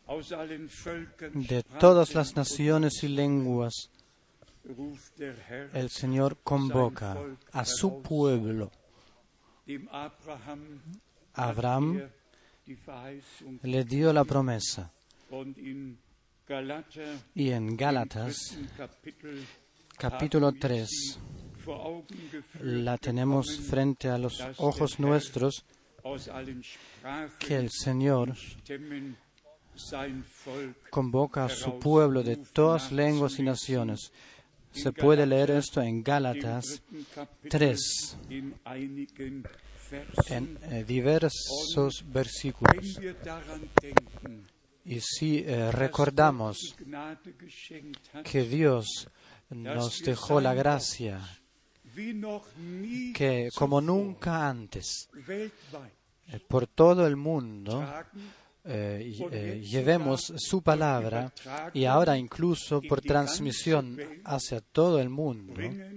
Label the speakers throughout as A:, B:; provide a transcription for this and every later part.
A: de todas las naciones y lenguas, el Señor convoca a su pueblo. Abraham le dio la promesa. Y en Gálatas, capítulo 3, la tenemos frente a los ojos nuestros, que el Señor convoca a su pueblo de todas lenguas y naciones. Se puede leer esto en Gálatas 3, en diversos versículos. Y si recordamos que Dios nos dejó la gracia, que como nunca antes, por todo el mundo, llevemos su palabra, y ahora incluso por transmisión hacia todo el mundo,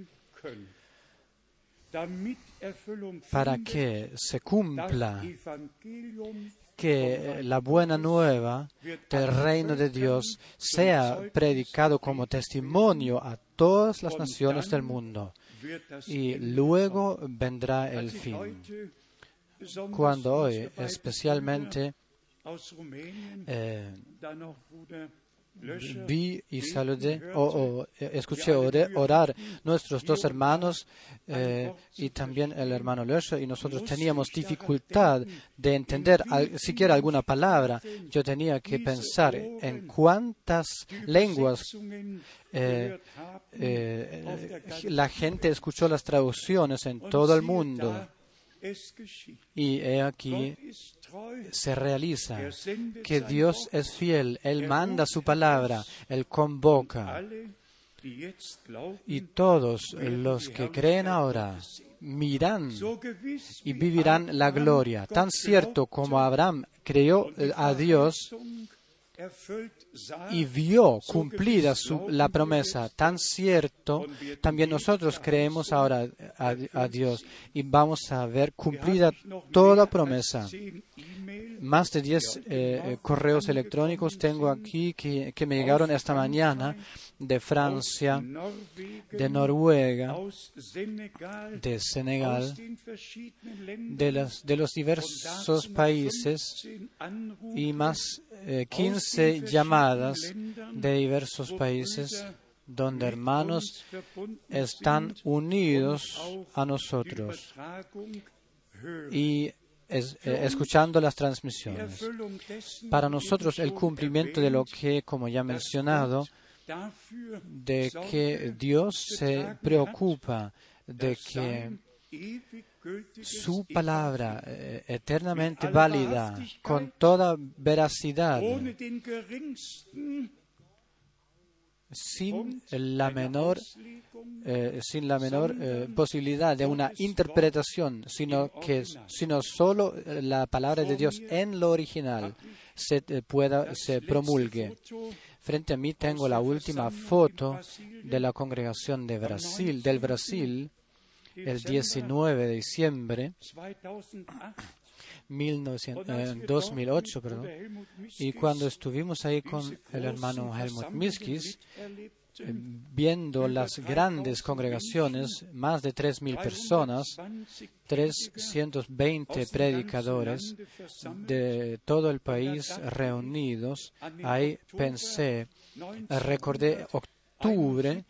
A: para que se cumpla que la buena nueva del reino de Dios sea predicado como testimonio a todas las naciones del mundo. Y luego vendrá el fin. Cuando hoy, especialmente, vi y saludé o escuché orar nuestros dos hermanos y también el hermano Löscher, y nosotros teníamos dificultad de entender siquiera alguna palabra. Yo tenía que pensar en cuántas lenguas la gente escuchó las traducciones en todo el mundo. Y he aquí se realiza que Dios es fiel. Él manda su palabra, Él convoca. Y todos los que creen ahora mirarán y vivirán la gloria. Tan cierto como Abraham creyó a Dios y vio cumplida la promesa, tan cierto, también nosotros creemos ahora a Dios y vamos a ver cumplida toda promesa. Más de 10 correos electrónicos tengo aquí que me llegaron esta mañana de Francia, de Noruega, de Senegal, de los diversos países, y más 15 llamadas de diversos países donde hermanos están unidos a nosotros y escuchando las transmisiones. Para nosotros el cumplimiento de lo que, como ya he mencionado, de que Dios se preocupa de que su palabra eternamente válida, con toda veracidad, sin la menor posibilidad de una interpretación, sino solo la palabra de Dios en lo original se promulgue. Frente a mí tengo la última foto de la congregación del Brasil, el 19 de diciembre 2008, y cuando estuvimos ahí con el hermano Helmut Miskis, viendo las grandes congregaciones, más de 3,000 personas, 320 predicadores de todo el país reunidos, ahí recordé octubre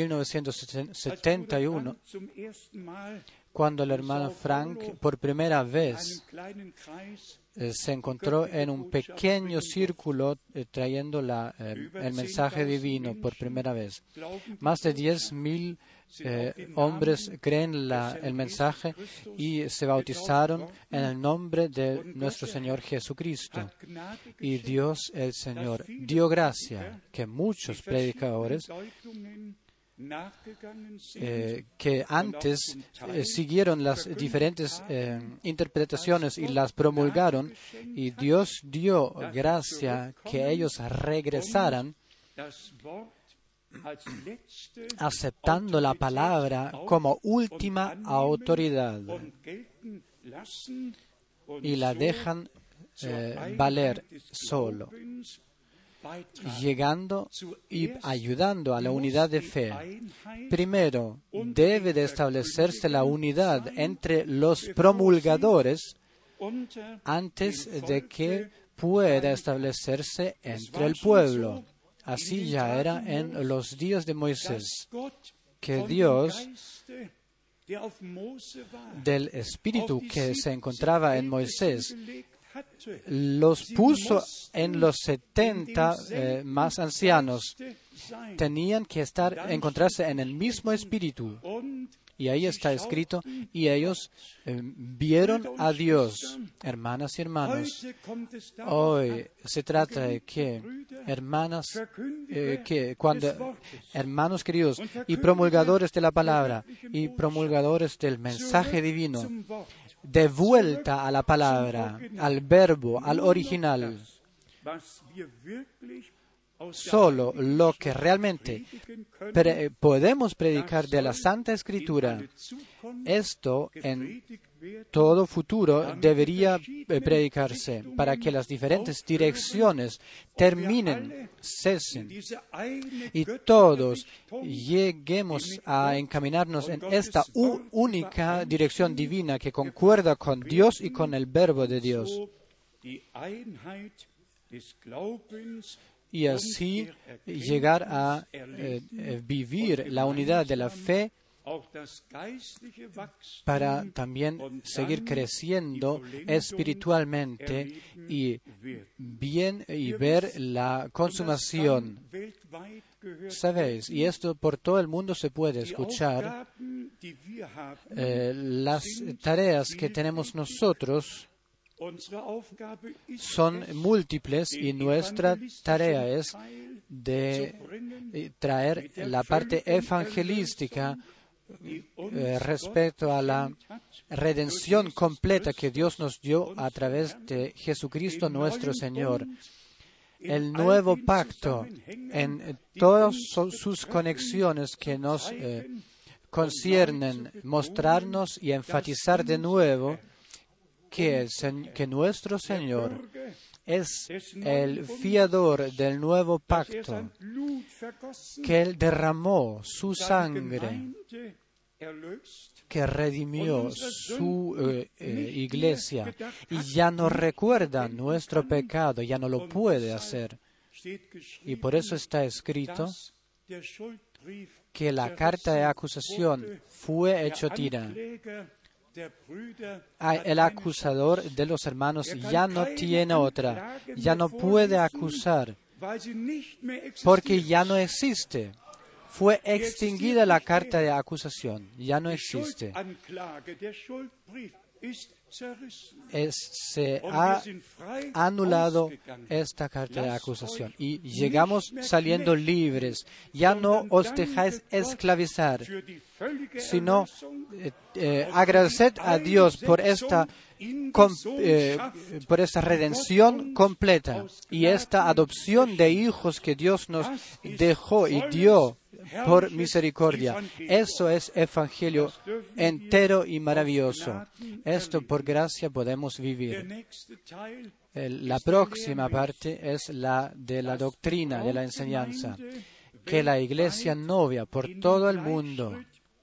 A: 1971, cuando el hermano Frank por primera vez se encontró en un pequeño círculo trayendo el mensaje divino por primera vez. Más de 10,000 hombres creen el mensaje y se bautizaron en el nombre de nuestro Señor Jesucristo. Y Dios el Señor dio gracia que muchos predicadores que antes siguieron las diferentes interpretaciones y las promulgaron, y Dios dio gracia que ellos regresaran aceptando la palabra como última autoridad y la dejan valer solo. llegando y ayudando a la unidad de fe. Primero, debe de establecerse la unidad entre los promulgadores antes de que pueda establecerse entre el pueblo. Así ya era en los días de Moisés, que Dios, del espíritu que se encontraba en Moisés, los puso en los 70 más ancianos. Tenían que encontrarse en el mismo espíritu. Y ahí está escrito, y ellos vieron a Dios. Hermanas y hermanos, hoy se trata de que, hermanos queridos, y promulgadores de la palabra, y promulgadores del mensaje divino, de vuelta a la palabra, al verbo, al original. Solo lo que realmente podemos predicar de la Santa Escritura, esto en todo futuro debería predicarse para que las diferentes direcciones terminen, cesen, y todos lleguemos a encaminarnos en esta única dirección divina que concuerda con Dios y con el Verbo de Dios. Y así llegar a vivir la unidad de la fe para también seguir creciendo espiritualmente y ver la consumación. ¿Sabéis? Y esto por todo el mundo se puede escuchar. Las tareas que tenemos nosotros son múltiples y nuestra tarea es de traer la parte evangelística respecto a la redención completa que Dios nos dio a través de Jesucristo nuestro Señor. El nuevo pacto en todas sus conexiones que nos conciernen, mostrarnos y enfatizar de nuevo que nuestro Señor es el fiador del nuevo pacto, que Él derramó su sangre, que redimió su iglesia y ya no recuerda nuestro pecado, ya no lo puede hacer. Y por eso está escrito que la carta de acusación fue hecho tira. El acusador de los hermanos ya no tiene otra, ya no puede acusar, porque ya no existe. Fue extinguida la carta de acusación, ya no existe. Se ha anulado esta carta de acusación y llegamos saliendo libres. Ya no os dejáis esclavizar, sino agradeced a Dios por esta redención completa y esta adopción de hijos que Dios nos dejó y dio por misericordia. Eso es evangelio entero y maravilloso. Esto por gracia podemos vivir. La próxima parte es la de la doctrina, de la enseñanza, que la iglesia novia por todo el mundo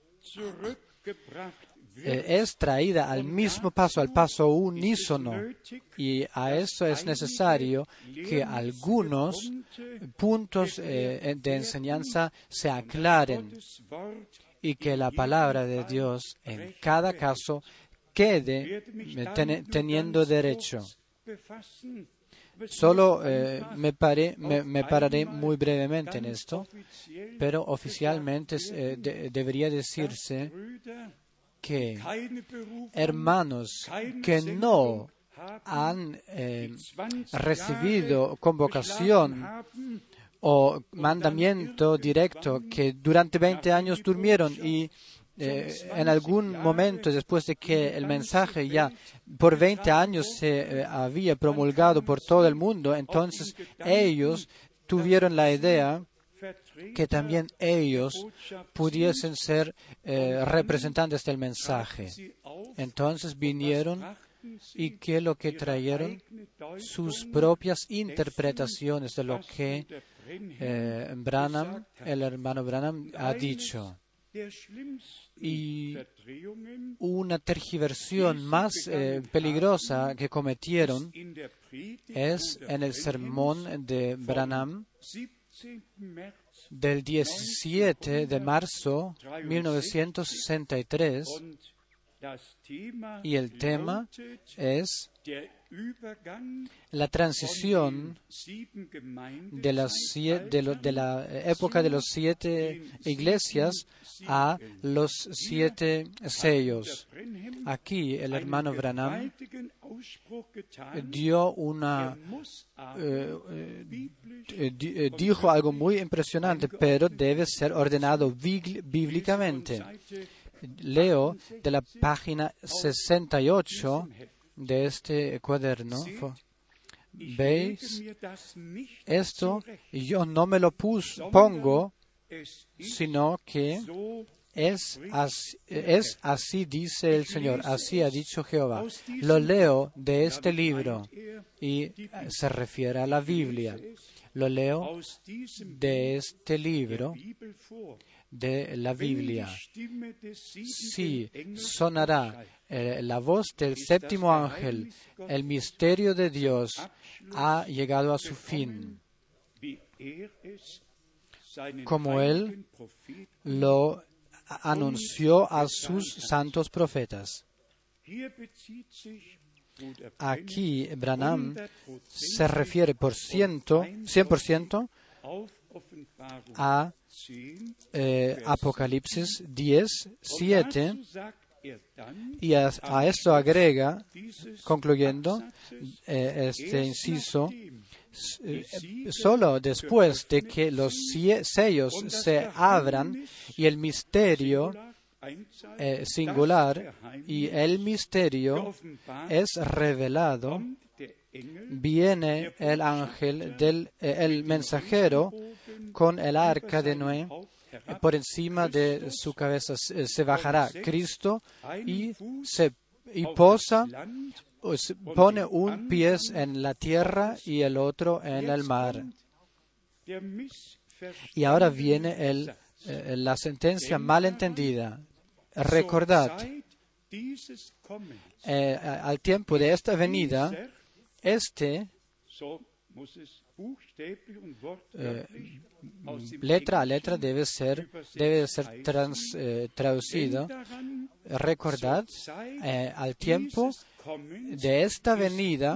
A: es traída al mismo paso, al paso unísono, y a eso es necesario que algunos puntos de enseñanza se aclaren y que la palabra de Dios en cada caso quede teniendo derecho. Solo me pararé muy brevemente en esto, pero oficialmente debería decirse que hermanos que no han recibido convocación o mandamiento directo, que durante 20 años durmieron y en algún momento, después de que el mensaje ya por 20 años se había promulgado por todo el mundo, entonces ellos tuvieron la idea que también ellos pudiesen ser representantes del mensaje. Entonces vinieron y que lo que trajeron sus propias interpretaciones de lo que el hermano Branham ha dicho. Y una tergiversión más peligrosa que cometieron es en el sermón de Branham del 17 de marzo de 1963, y el tema es la transición de la época de los 7 iglesias a los 7 sellos. Aquí el hermano Branham dijo algo muy impresionante, pero debe ser ordenado bíblicamente. Leo de la página 68 de este cuaderno. ¿Veis? Esto yo no me lo pongo, sino que es así dice el Señor, así ha dicho Jehová. Lo leo de este libro, y se refiere a la Biblia. Lo leo de este libro de la Biblia. Sí, sonará la voz del séptimo ángel. El misterio de Dios ha llegado a su fin, como Él lo anunció a sus santos profetas. Aquí Branham se refiere por 100% a Apocalipsis 10, 7, y a esto agrega, concluyendo este inciso, solo después de que los sellos se abran y el misterio singular y el misterio es revelado, viene el ángel el mensajero con el arca de Noé por encima de su cabeza. Se bajará Cristo y pone un pie en la tierra y el otro en el mar. Y ahora viene la sentencia malentendida. Recordad, al tiempo de esta venida, letra a letra debe ser traducido. Recordad, al tiempo de esta venida,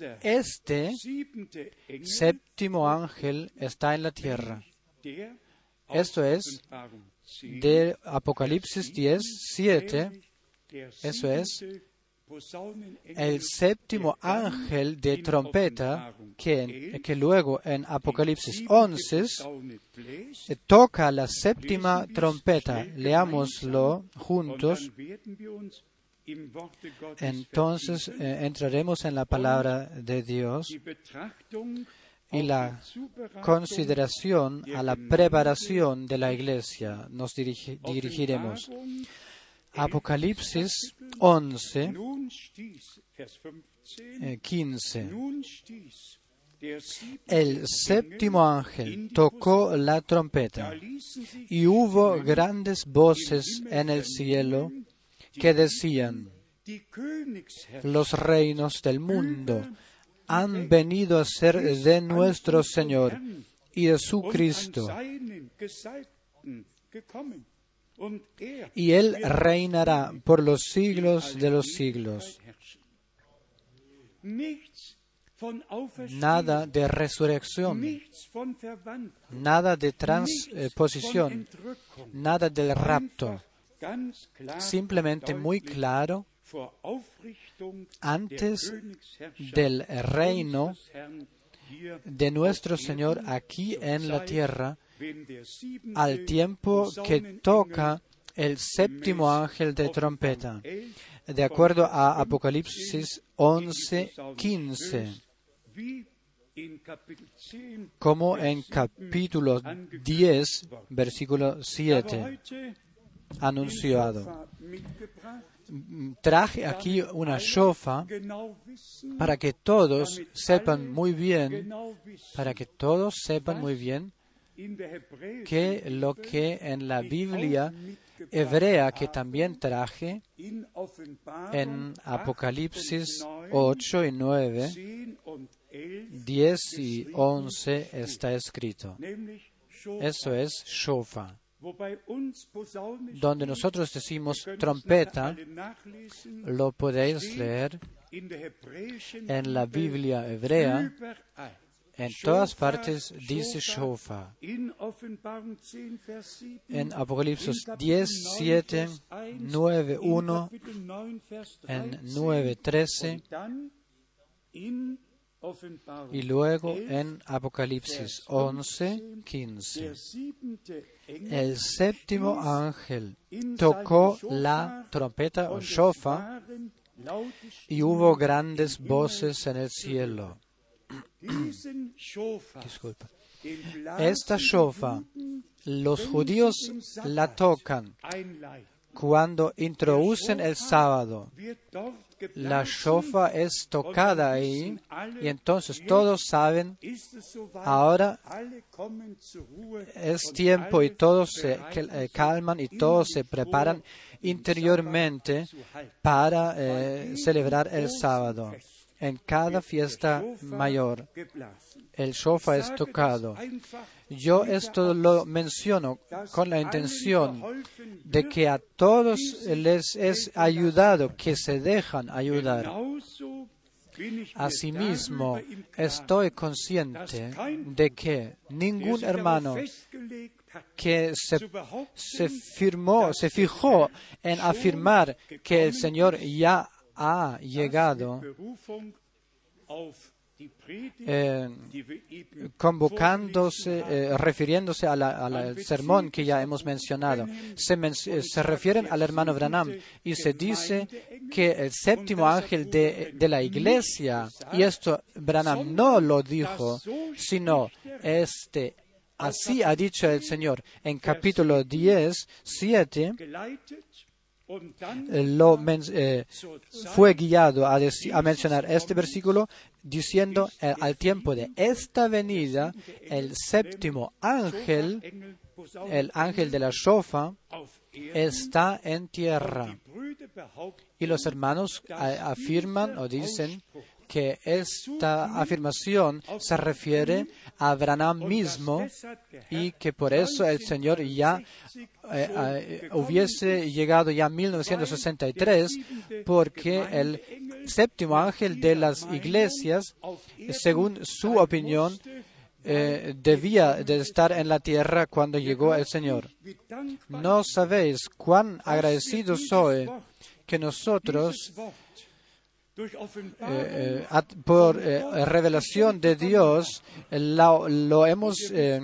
A: séptimo ángel está en la tierra. Esto es de Apocalipsis 10, 7. Eso es el séptimo ángel de trompeta que luego en Apocalipsis 11 toca la séptima trompeta. Leámoslo juntos. Entonces entraremos en la palabra de Dios y la consideración a la preparación de la iglesia. Nos dirigiremos. Apocalipsis 11, 15. El séptimo ángel tocó la trompeta y hubo grandes voces en el cielo que decían: los reinos del mundo han venido a ser de nuestro Señor y de su Cristo, y Él reinará por los siglos de los siglos. Nada de resurrección, nada de transposición, nada del rapto. Simplemente muy claro, antes del reino de nuestro Señor aquí en la tierra, al tiempo que toca el séptimo ángel de trompeta, de acuerdo a Apocalipsis 11, 15, como en capítulo 10, versículo 7, anunciado. traje aquí una shofa para que todos sepan muy bien, que lo que en la Biblia hebrea que también traje en Apocalipsis 8 y 9, 10 y 11 está escrito. Eso es shofa. Donde nosotros decimos trompeta, lo podéis leer en la Biblia hebrea. En todas partes dice shofa. En Apocalipsis 10, 7, 9, 1, en 9, 13, y luego en Apocalipsis 11, 15. El séptimo ángel tocó la trompeta o shofa y hubo grandes voces en el cielo. Disculpa. Esta shofa, los judíos la tocan cuando introducen el sábado. La shofa es tocada ahí y entonces todos saben, ahora es tiempo y todos se calman y todos se preparan interiormente para celebrar el sábado. En cada fiesta mayor, el shofa es tocado. Yo esto lo menciono con la intención de que a todos les es ayudado, que se dejan ayudar. Asimismo, estoy consciente de que ningún hermano que se fijó en afirmar que el Señor ya ha llegado, refiriéndose al sermón que ya hemos mencionado. Se refieren al hermano Branham y se dice que el séptimo ángel de la iglesia, y esto Branham no lo dijo, sino así ha dicho el Señor en capítulo 10, 7, fue guiado a mencionar este versículo diciendo, al tiempo de esta venida, el séptimo ángel, el ángel de la shofa, está en tierra. Y los hermanos afirman o dicen que esta afirmación se refiere a Branham mismo y que por eso el Señor ya hubiese llegado ya en 1963, porque el séptimo ángel de las iglesias, según su opinión, debía de estar en la tierra cuando llegó el Señor. No sabéis cuán agradecido soy que nosotros por revelación de Dios lo hemos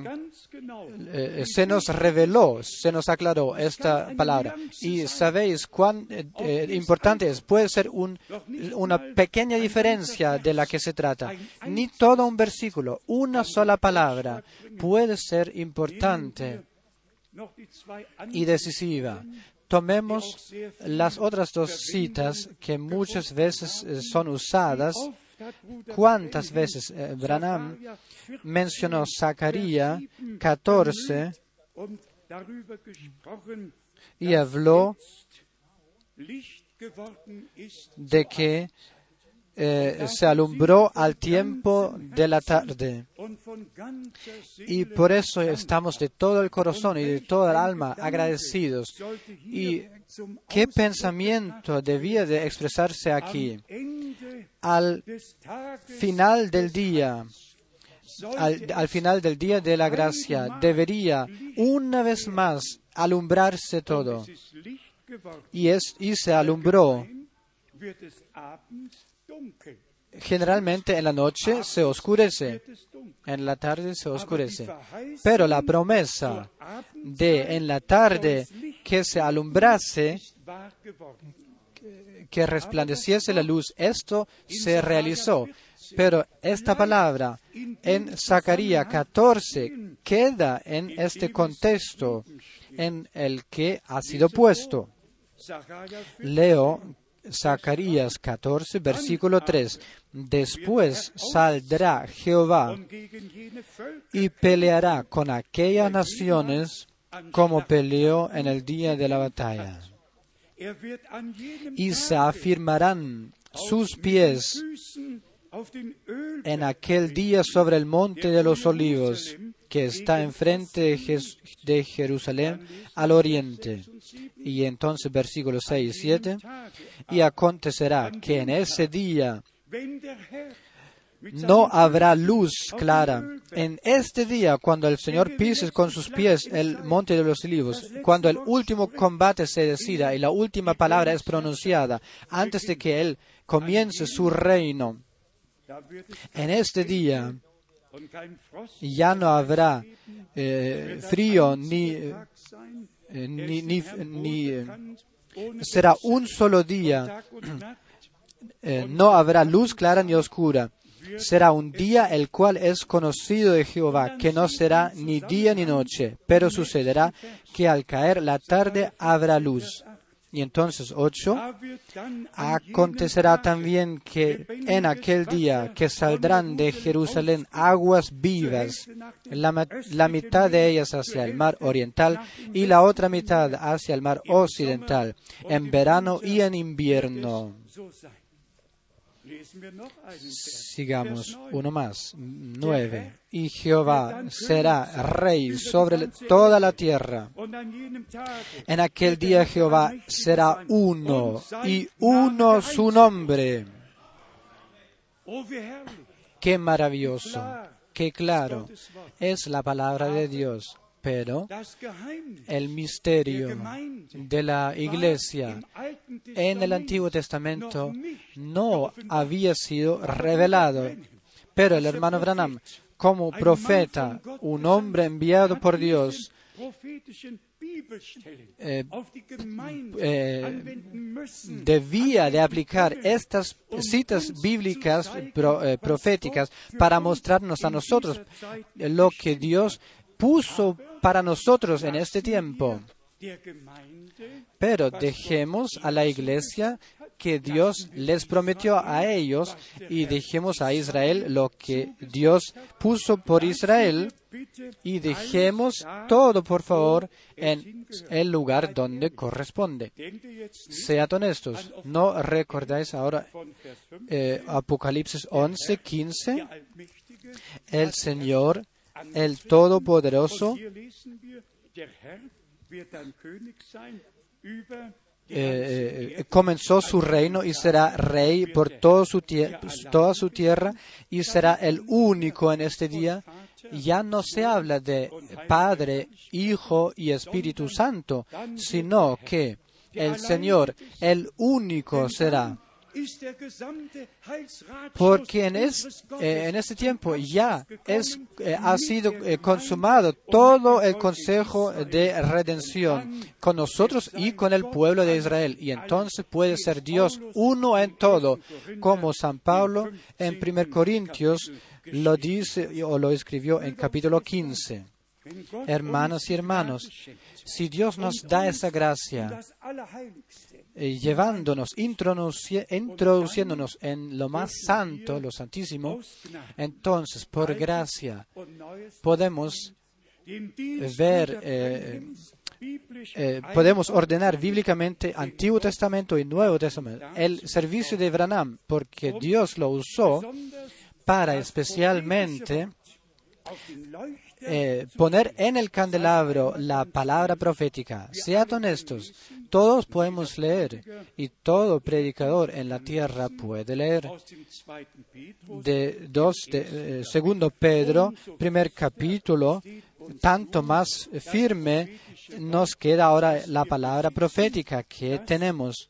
A: se nos reveló, se nos aclaró esta palabra. Y sabéis cuán importante es. Puede ser una pequeña diferencia de la que se trata. Ni todo un versículo, una sola palabra puede ser importante y decisiva. Tomemos las otras dos citas que muchas veces son usadas. ¿Cuántas veces Branham mencionó Zacarías 14 y habló de que se alumbró al tiempo de la tarde? Y por eso estamos de todo el corazón y de toda el alma agradecidos. ¿Y qué pensamiento debía de expresarse aquí? Al final del día, al final del día de la gracia, debería una vez más alumbrarse todo. Y se alumbró. Generalmente en la noche se oscurece, en la tarde se oscurece. Pero la promesa de en la tarde que se alumbrase, que resplandeciese la luz, esto se realizó. Pero esta palabra en Zacarías 14 queda en este contexto en el que ha sido puesto. Leo Zacarías 14, versículo 3. Después saldrá Jehová y peleará con aquellas naciones como peleó en el día de la batalla. Y se afirmarán sus pies en aquel día sobre el monte de los olivos, que está enfrente de Jerusalén al oriente. Y entonces versículos 6 y 7, y acontecerá que en ese día no habrá luz clara. En este día, cuando el Señor pise con sus pies el monte de los olivos, cuando el último combate se decida y la última palabra es pronunciada, antes de que Él comience su reino, en este día ya no habrá frío será un solo día. No habrá luz clara ni oscura. Será un día el cual es conocido de Jehová, que no será ni día ni noche, pero sucederá que al caer la tarde habrá luz. Y entonces 8, acontecerá también que en aquel día que saldrán de Jerusalén aguas vivas, la mitad de ellas hacia el mar oriental y la otra mitad hacia el mar occidental, en verano y en invierno. Sigamos, uno más, 9. Y Jehová será rey sobre toda la tierra. En aquel día Jehová será uno, y uno su nombre. Qué maravilloso, qué claro es la palabra de Dios. Pero el misterio de la Iglesia en el Antiguo Testamento no había sido revelado. Pero el hermano Branham, como profeta, un hombre enviado por Dios, debía de aplicar estas citas bíblicas proféticas para mostrarnos a nosotros lo que Dios puso para nosotros en este tiempo. Pero dejemos a la Iglesia que Dios les prometió a ellos y dejemos a Israel lo que Dios puso por Israel y dejemos todo, por favor, en el lugar donde corresponde. Sean honestos. ¿No recordáis ahora Apocalipsis 11, 15? El Señor, el Todopoderoso, comenzó su reino y será rey por toda su tierra y será el único en este día. Ya no se habla de Padre, Hijo y Espíritu Santo, sino que el Señor, el único, será. Porque en este tiempo ya ha sido consumado todo el consejo de redención con nosotros y con el pueblo de Israel. Y entonces puede ser Dios uno en todo, como San Pablo en 1 Corintios lo dice o lo escribió en capítulo 15. Hermanos y hermanos, si Dios nos da esa gracia, llevándonos, introduciéndonos en lo más santo, lo santísimo, entonces, por gracia, podemos ver, podemos ordenar bíblicamente Antiguo Testamento y Nuevo Testamento. El servicio de Branham, porque Dios lo usó para especialmente poner en el candelabro la palabra profética. Sean honestos, todos podemos leer y todo predicador en la tierra puede leer. Segundo Pedro, primer capítulo, tanto más firme nos queda ahora la palabra profética que tenemos,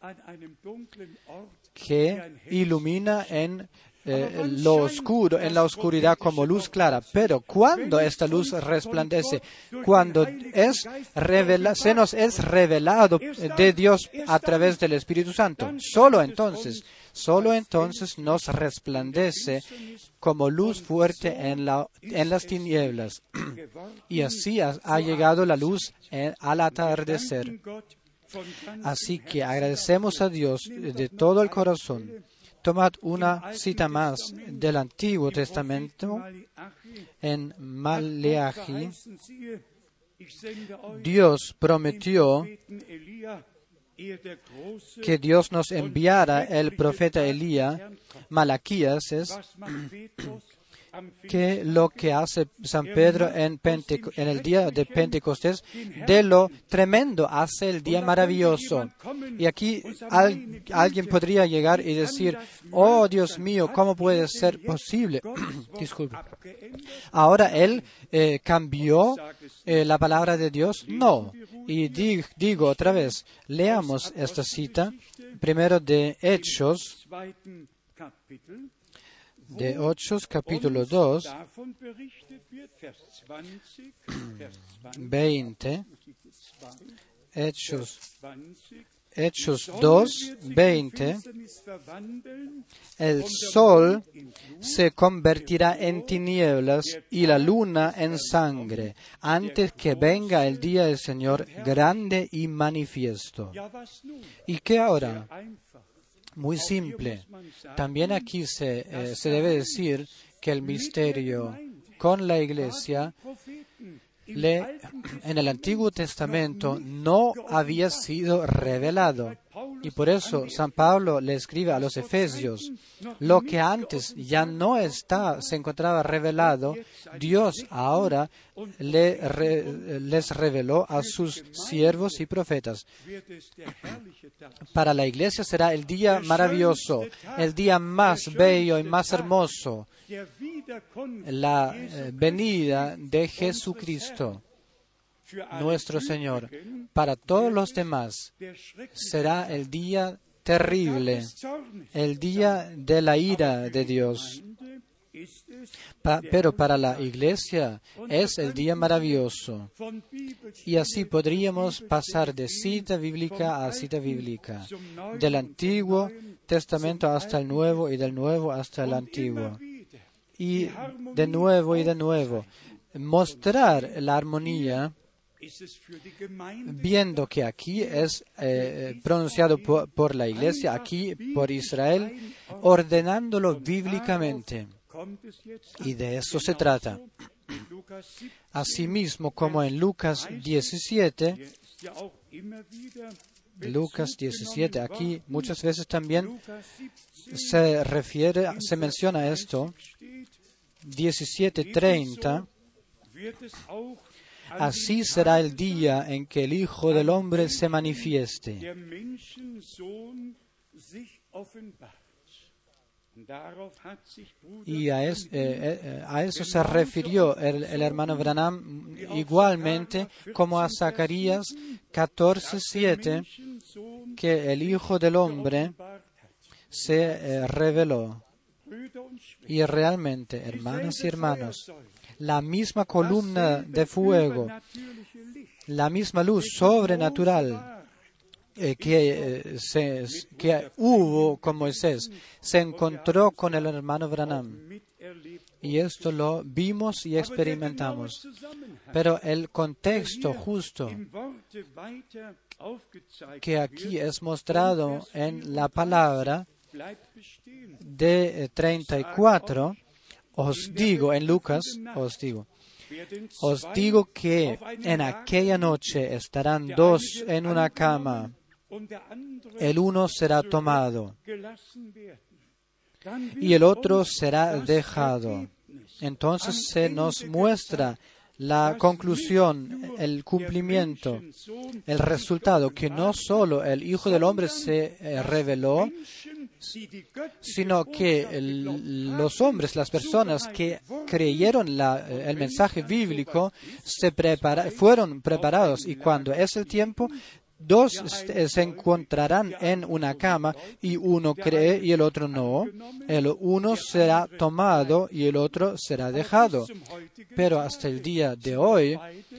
A: que ilumina en lo oscuro, en la oscuridad como luz clara. Pero cuando esta luz resplandece, cuando se nos es revelado de Dios a través del Espíritu Santo, solo entonces nos resplandece como luz fuerte en las tinieblas. Y así ha llegado la luz al atardecer. Así que agradecemos a Dios de todo el corazón. Tomad una cita más del Antiguo Testamento en Maleaji. Dios prometió que Dios nos enviara el profeta Elías. Malaquías es que lo que hace San Pedro en el día de Pentecostés, de lo tremendo hace el día maravilloso. Y aquí alguien podría llegar y decir, oh Dios mío, ¿cómo puede ser posible? Disculpe. Ahora Él cambió la palabra de Dios. No. Y digo otra vez, leamos esta cita, primero de Hechos, capítulo 2, 20, Hechos 2, 20, el sol se convertirá en tinieblas y la luna en sangre, antes que venga el día del Señor grande y manifiesto. ¿Y qué ahora? Muy simple. También aquí se debe decir que el misterio con la Iglesia en el Antiguo Testamento no había sido revelado. Y por eso San Pablo le escribe a los Efesios, lo que antes ya no se encontraba revelado, Dios ahora les reveló a sus siervos y profetas. Para la Iglesia será el día maravilloso, el día más bello y más hermoso, la venida de Jesucristo, nuestro Señor. Para todos los demás será el día terrible, el día de la ira de Dios. Pero para la Iglesia es el día maravilloso. Y así podríamos pasar de cita bíblica a cita bíblica, del Antiguo Testamento hasta el Nuevo y del Nuevo hasta el Antiguo. Y de nuevo, mostrar la armonía, viendo que aquí es pronunciado por la Iglesia, aquí por Israel, ordenándolo bíblicamente. Y de eso se trata. Asimismo, como en Lucas 17, aquí muchas veces también se menciona esto, 17:30, así será el día en que el Hijo del Hombre se manifieste. Y a eso se refirió el hermano Branham igualmente como a Zacarías 14:7, que el Hijo del Hombre se reveló. Y realmente, hermanas y hermanos, la misma columna de fuego, la misma luz sobrenatural que hubo con Moisés, se encontró con el hermano Branham. Y esto lo vimos y experimentamos. Pero el contexto justo que aquí es mostrado en la palabra de 34, os digo que en aquella noche estarán dos en una cama, el uno será tomado y el otro será dejado. Entonces se nos muestra la conclusión, el cumplimiento, el resultado, que no solo el Hijo del Hombre se reveló, sino que los hombres, las personas que creyeron el mensaje bíblico, fueron preparados, y cuando es el tiempo, dos se encontrarán en una cama, y uno cree y el otro no. El uno será tomado y el otro será dejado. Pero hasta el día de hoy,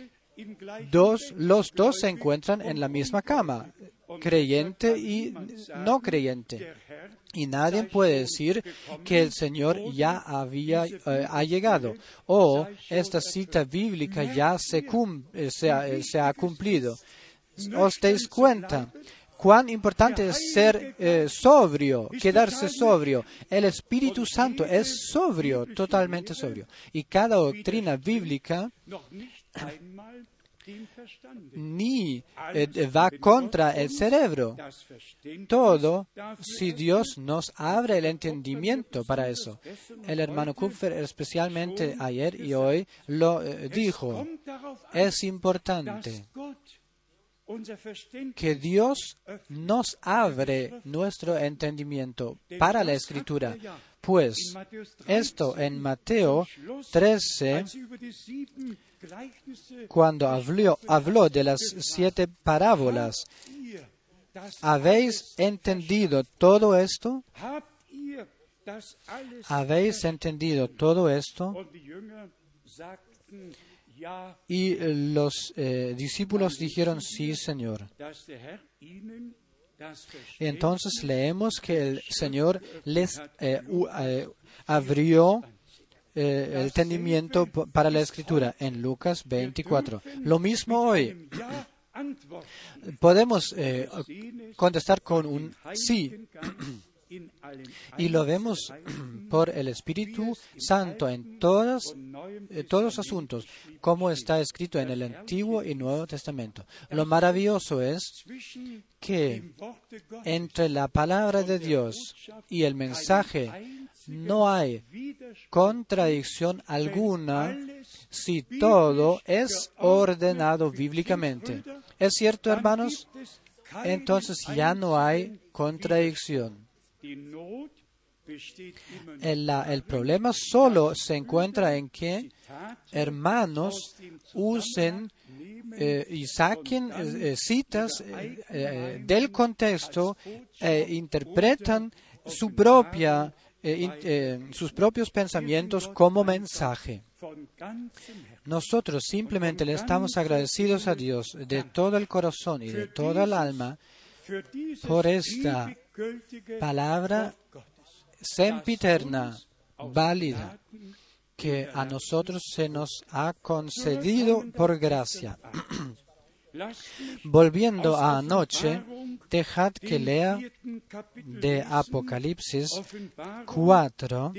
A: los dos se encuentran en la misma cama, creyente y no creyente. Y nadie puede decir que el Señor ya ha llegado, o esta cita bíblica ya se ha cumplido. os deis cuenta cuán importante es ser sobrio, quedarse sobrio. El Espíritu Santo es sobrio, totalmente sobrio. Y cada doctrina bíblica ni va contra el cerebro. Todo, si Dios nos abre el entendimiento para eso. El hermano Kupfer, especialmente ayer y hoy, lo dijo. Es importante que Dios nos abre nuestro entendimiento para la Escritura. Pues esto en Mateo 13, cuando habló de las 7 parábolas, ¿habéis entendido todo esto? ¿Habéis entendido todo esto? Y los discípulos dijeron, sí, Señor. Y entonces leemos que el Señor les abrió el entendimiento para la Escritura en Lucas 24. Lo mismo hoy. Podemos contestar con un sí. Y lo vemos por el Espíritu Santo en todos los asuntos, como está escrito en el Antiguo y Nuevo Testamento. Lo maravilloso es que entre la palabra de Dios y el mensaje no hay contradicción alguna si todo es ordenado bíblicamente. ¿Es cierto, hermanos? Entonces ya no hay contradicción. El problema solo se encuentra en que hermanos usen y saquen citas del contexto e interpretan sus propios pensamientos como mensaje. Nosotros simplemente le estamos agradecidos a Dios de todo el corazón y de toda el alma por esta palabra sempiterna, válida, que a nosotros se nos ha concedido por gracia. Volviendo a anoche, dejad que lea de Apocalipsis 4,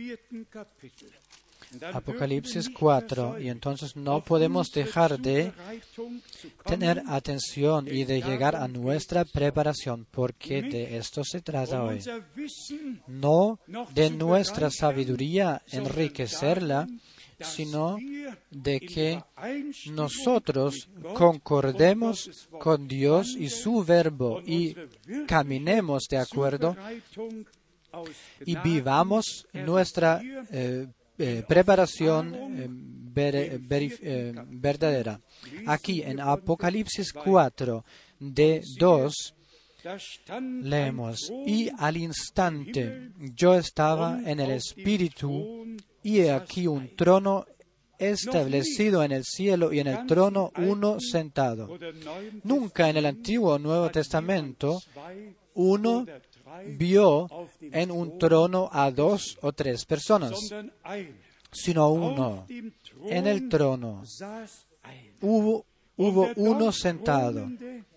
A: Apocalipsis 4, y entonces no podemos dejar de tener atención y de llegar a nuestra preparación, porque de esto se trata hoy. No de nuestra sabiduría enriquecerla, sino de que nosotros concordemos con Dios y su verbo y caminemos de acuerdo y vivamos nuestra preparación verdadera. Aquí en Apocalipsis 4, de 2, leemos, y al instante yo estaba en el Espíritu, y he aquí un trono establecido en el cielo, y en el trono uno sentado. Nunca en el Antiguo o Nuevo Testamento uno vio en un trono a 2 o 3 personas, sino uno. En el trono hubo uno sentado.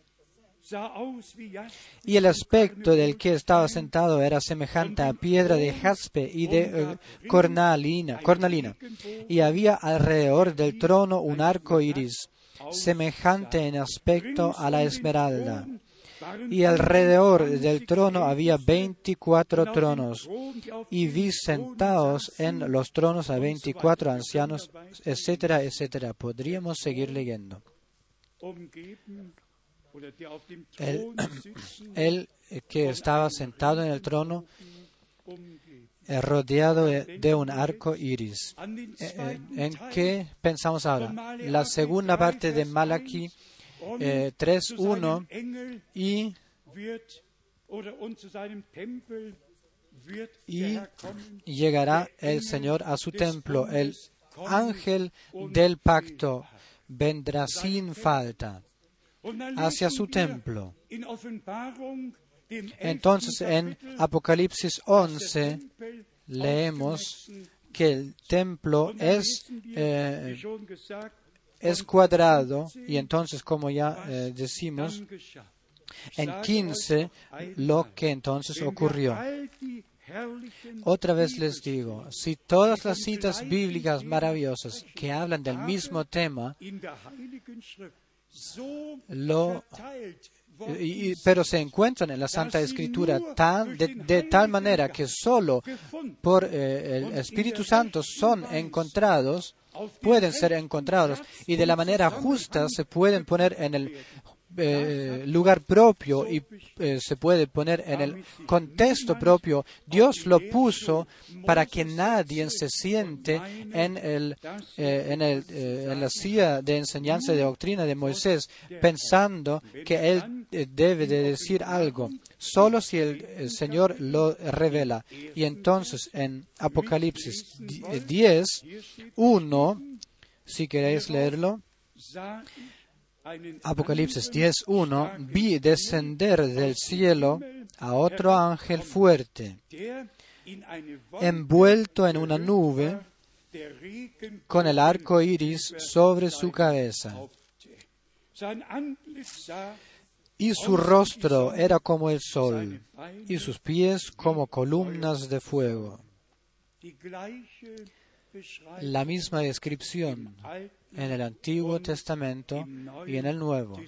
A: Y el aspecto del que estaba sentado era semejante a piedra de jaspe y de cornalina. Y había alrededor del trono un arco iris, semejante en aspecto a la esmeralda. Y alrededor del trono había 24 tronos, y vi sentados en los tronos a 24 ancianos, etcétera, etcétera. Podríamos seguir leyendo. Él que estaba sentado en el trono, rodeado de un arco iris. ¿En qué pensamos ahora? La segunda parte de Malaquí 3:1, y llegará el Señor a su templo, el ángel del pacto vendrá sin falta hacia su templo. Entonces en Apocalipsis 11 leemos que el templo es es cuadrado, y entonces, como ya decimos, en 15 lo que entonces ocurrió. Otra vez les digo, si todas las citas bíblicas maravillosas que hablan del mismo tema, pero se encuentran en la Santa Escritura de tal manera que solo por el Espíritu Santo son encontrados, pueden ser encontrados, y de la manera justa se pueden poner en el lugar propio y se puede poner en el contexto propio. Dios lo puso para que nadie se siente en la silla de enseñanza de doctrina de Moisés pensando que él debe de decir algo, solo si el Señor lo revela. Y entonces en Apocalipsis 10:1, si queréis leerlo, Apocalipsis 10:1, vi descender del cielo a otro ángel fuerte, envuelto en una nube, con el arco iris sobre su cabeza. Y su rostro era como el sol, y sus pies como columnas de fuego. La misma descripción en el Antiguo Testamento y en el Nuevo.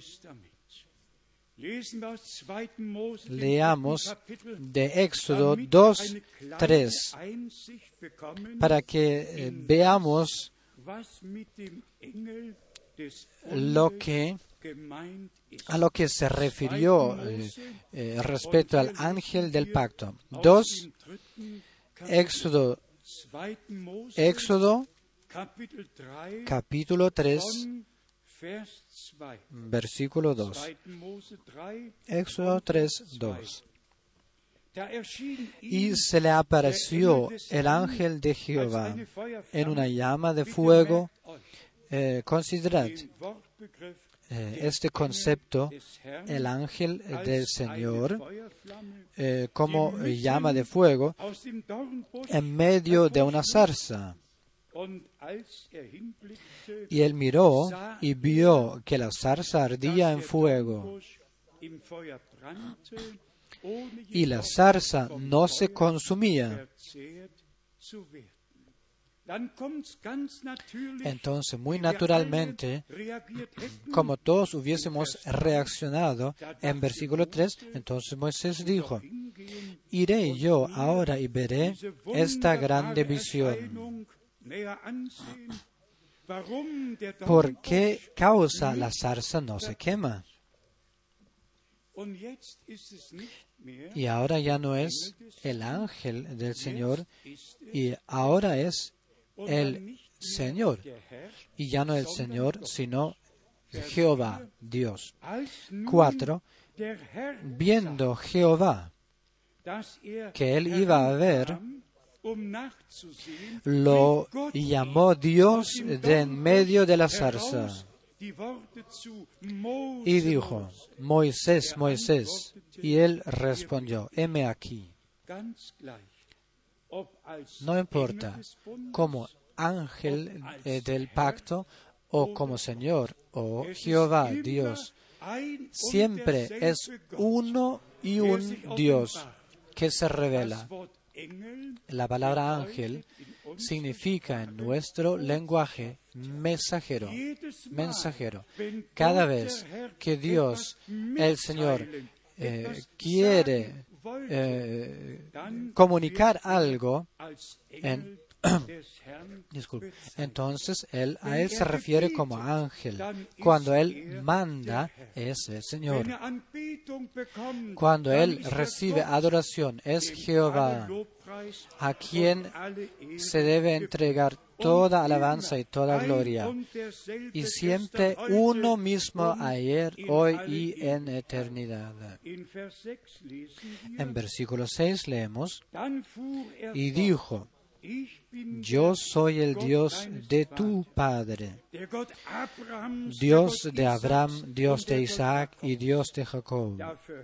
A: Leamos de Éxodo 2:3 para que veamos a lo que se refirió respecto al ángel del pacto. Éxodo capítulo 3, versículo 2. Éxodo 3:2. Y se le apareció el ángel de Jehová en una llama de fuego. Considerad este concepto, el ángel del Señor, como llama de fuego en medio de una zarza. Y él miró y vio que la zarza ardía en fuego, y la zarza no se consumía. Entonces, muy naturalmente, como todos hubiésemos reaccionado en versículo 3, entonces Moisés dijo: iré yo ahora y veré esta grande visión. ¿Por qué causa la zarza no se quema? Y ahora ya no es el ángel del Señor, y ahora es el Señor. Y ya no el Señor, sino Jehová, Dios. 4. Viendo Jehová que él iba a ver, lo llamó Dios de en medio de la zarza y dijo: Moisés, Moisés. Y él respondió: heme aquí. No importa, como ángel del pacto o como Señor o Jehová, Dios, siempre es uno y un Dios que se revela. La palabra ángel significa en nuestro lenguaje mensajero. Cada vez que Dios, el Señor, quiere comunicar algo, entonces a él se refiere como ángel. Cuando él manda, es el Señor. Cuando él recibe adoración, es Jehová, a quien se debe entregar toda alabanza y toda gloria. Y siempre uno mismo, ayer, hoy y en eternidad. En versículo 6 leemos: y dijo: yo soy el Dios de tu padre, Dios de Abraham, Dios de Isaac y Dios de Jacob.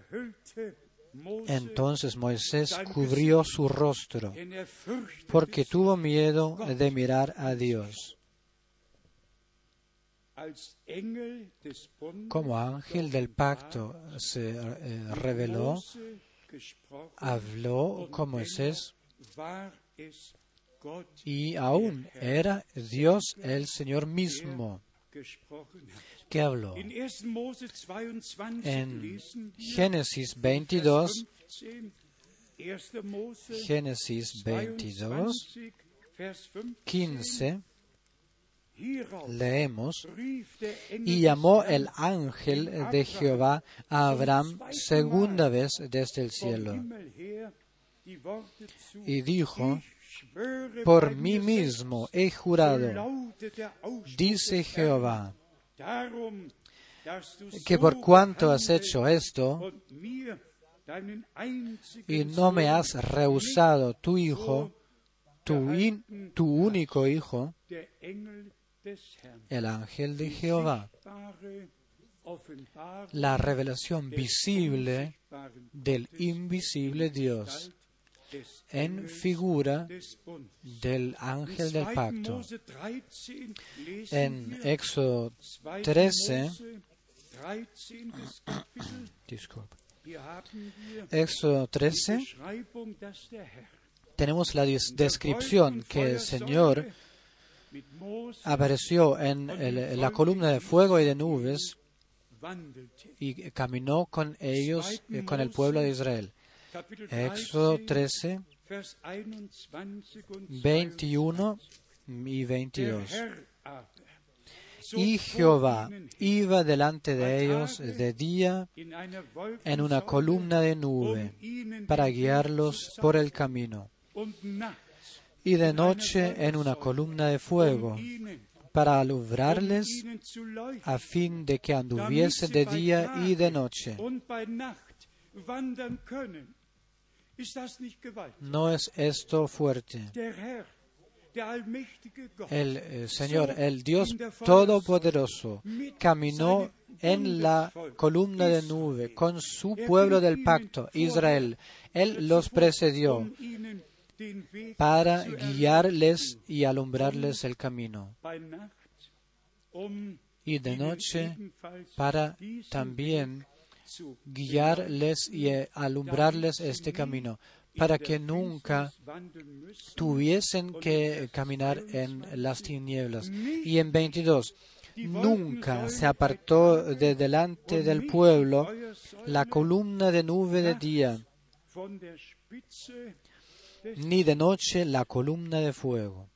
A: Entonces Moisés cubrió su rostro, porque tuvo miedo de mirar a Dios. como ángel del pacto se reveló, habló con Moisés, y aún era Dios el Señor mismo que habló. En Génesis 22, Génesis 22, 15, leemos: y llamó el ángel de Jehová a Abraham segunda vez desde el cielo, y dijo: por mí mismo he jurado, dice Jehová, que por cuanto has hecho esto, y no me has rehusado tu hijo, tu único hijo, el ángel de Jehová, la revelación visible del invisible Dios, en figura del ángel del pacto. En Éxodo 13, Éxodo 13, tenemos la descripción que el Señor apareció en la columna de fuego y de nubes y caminó con ellos, con el pueblo de Israel. Éxodo 13, 21 y 22. Y Jehová iba delante de ellos de día en una columna de nube para guiarlos por el camino, y de noche en una columna de fuego para alumbrarles, a fin de que anduviese de día y de noche. ¿No es esto fuerte? El Señor, el Dios Todopoderoso, caminó en la columna de nube con su pueblo del pacto, Israel. Él los precedió para guiarles y alumbrarles el camino. Y de noche para también guiarles y alumbrarles este camino, para que nunca tuviesen que caminar en las tinieblas. Y en 22, nunca se apartó de delante del pueblo la columna de nube de día, ni de noche la columna de fuego.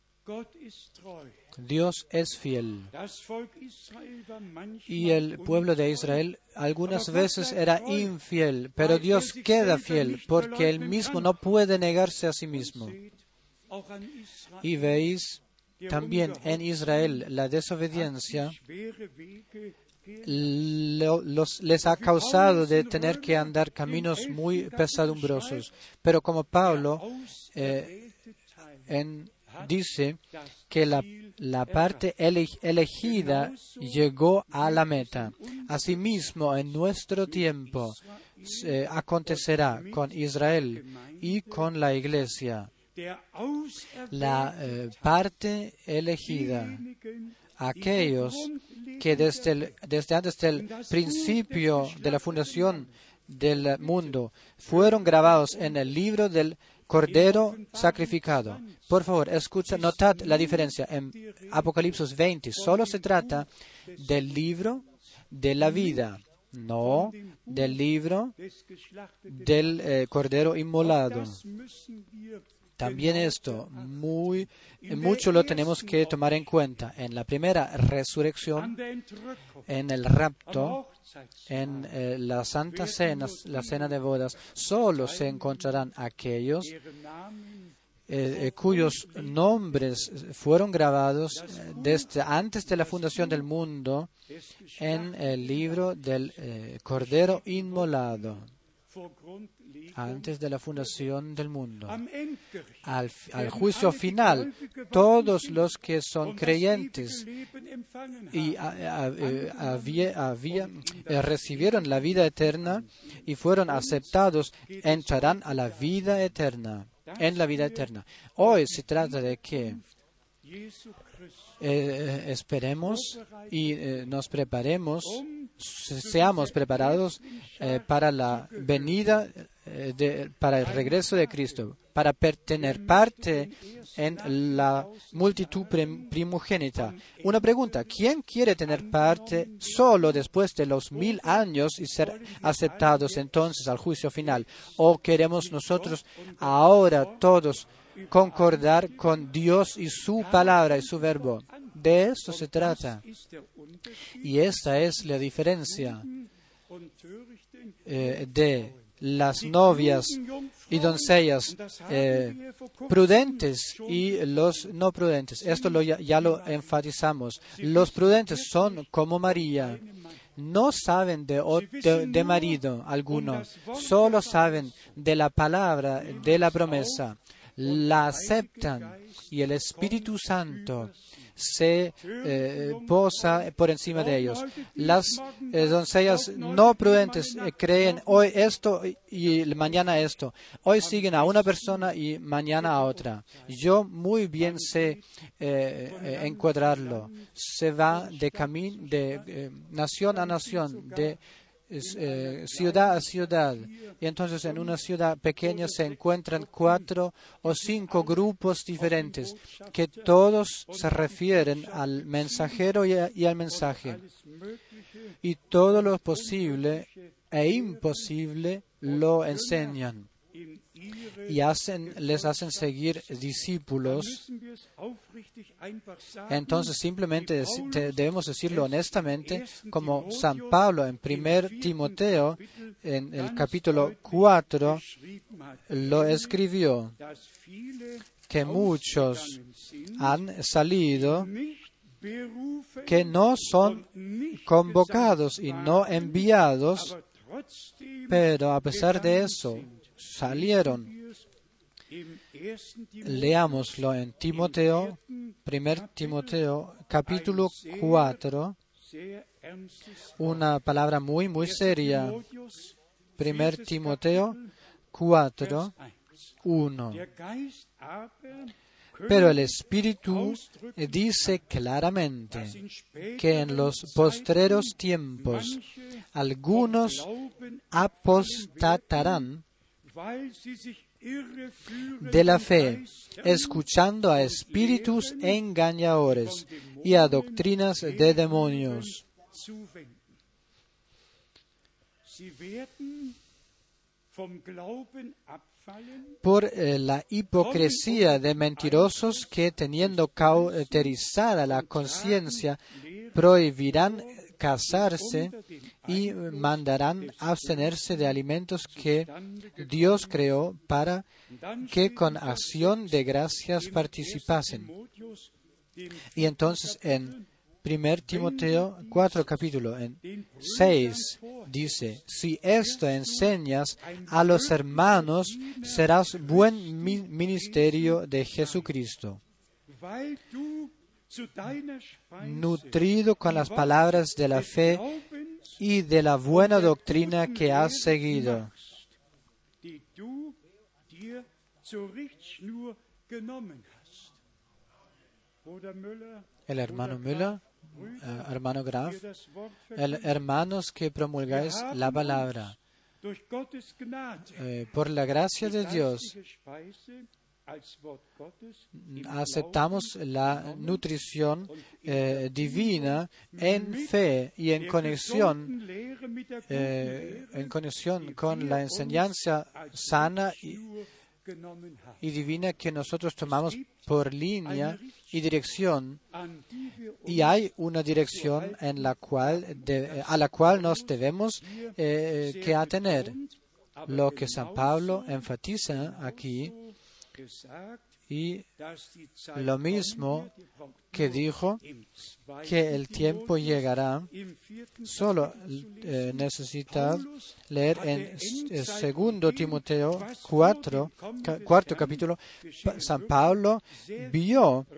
A: Dios es fiel. Y el pueblo de Israel algunas veces era infiel, pero Dios queda fiel porque Él mismo no puede negarse a sí mismo. Y veis también en Israel la desobediencia les ha causado de tener que andar caminos muy pesadumbrosos. Pero como Pablo dice que la parte elegida llegó a la meta. Asimismo, en nuestro tiempo acontecerá con Israel y con la Iglesia. La parte elegida, aquellos que desde antes del principio de la fundación del mundo fueron grabados en el libro del Cordero sacrificado. Por favor, notad la diferencia. En Apocalipsis 20 solo se trata del libro de la vida, no del libro del Cordero inmolado. También esto, mucho lo tenemos que tomar en cuenta. En la primera resurrección, en el rapto, en la Santa Cena, la Cena de Bodas, solo se encontrarán aquellos cuyos nombres fueron grabados desde antes de la fundación del mundo en el libro del Cordero inmolado, antes de la fundación del mundo. Al juicio final, todos los que son creyentes y recibieron la vida eterna y fueron aceptados, entrarán a la vida eterna, en la vida eterna. Hoy se trata de que esperemos y nos preparemos, seamos preparados para la venida, para el regreso de Cristo, para tener parte en la multitud primogénita. Una pregunta: ¿quién quiere tener parte solo después de los 1000 años y ser aceptados entonces al juicio final? ¿O queremos nosotros ahora todos concordar con Dios y su palabra y su verbo? De esto se trata. Y esta es la diferencia de las novias y doncellas prudentes y los no prudentes. Esto ya lo enfatizamos. Los prudentes son como María. No saben de marido alguno, solo saben de la palabra, de la promesa. La aceptan y el Espíritu Santo se posa por encima de ellos. Las doncellas no prudentes creen hoy esto y mañana esto. Hoy siguen a una persona y mañana a otra. Yo muy bien sé encuadrarlo. Se va de nación a nación, de ciudad a ciudad, y entonces en una ciudad pequeña se encuentran 4 o 5 grupos diferentes que todos se refieren al mensajero y al mensaje, y todo lo posible e imposible lo enseñan y les hacen seguir discípulos. Entonces simplemente debemos decirlo honestamente, como San Pablo en 1 Timoteo, en el capítulo 4, lo escribió, que muchos han salido que no son convocados y no enviados, pero a pesar de eso salieron. Leámoslo en Timoteo, 1 Timoteo, capítulo 4, una palabra muy, muy seria. 1 Timoteo 4, 1. Pero el Espíritu dice claramente que en los postreros tiempos algunos apostatarán de la fe, escuchando a espíritus engañadores y a doctrinas de demonios. Por la hipocresía de mentirosos que, teniendo cauterizada la conciencia, prohibirán casarse y mandarán abstenerse de alimentos que Dios creó para que con acción de gracias participasen. Y entonces en 1 Timoteo 4, capítulo 6, dice: si esto enseñas a los hermanos, serás buen ministerio de Jesucristo, nutrido con las palabras de la fe y de la buena doctrina que has seguido. El hermano Müller, hermano Graf, hermanos que promulgáis la palabra, por la gracia de Dios, aceptamos la nutrición divina en fe y en conexión con la enseñanza sana y divina que nosotros tomamos por línea y dirección. Y hay una dirección a la cual nos debemos que atener. Lo que San Pablo enfatiza aquí, y lo mismo que dijo, que el tiempo llegará. Solo necesita leer en 2 Timoteo 4, cuarto capítulo. San Pablo vio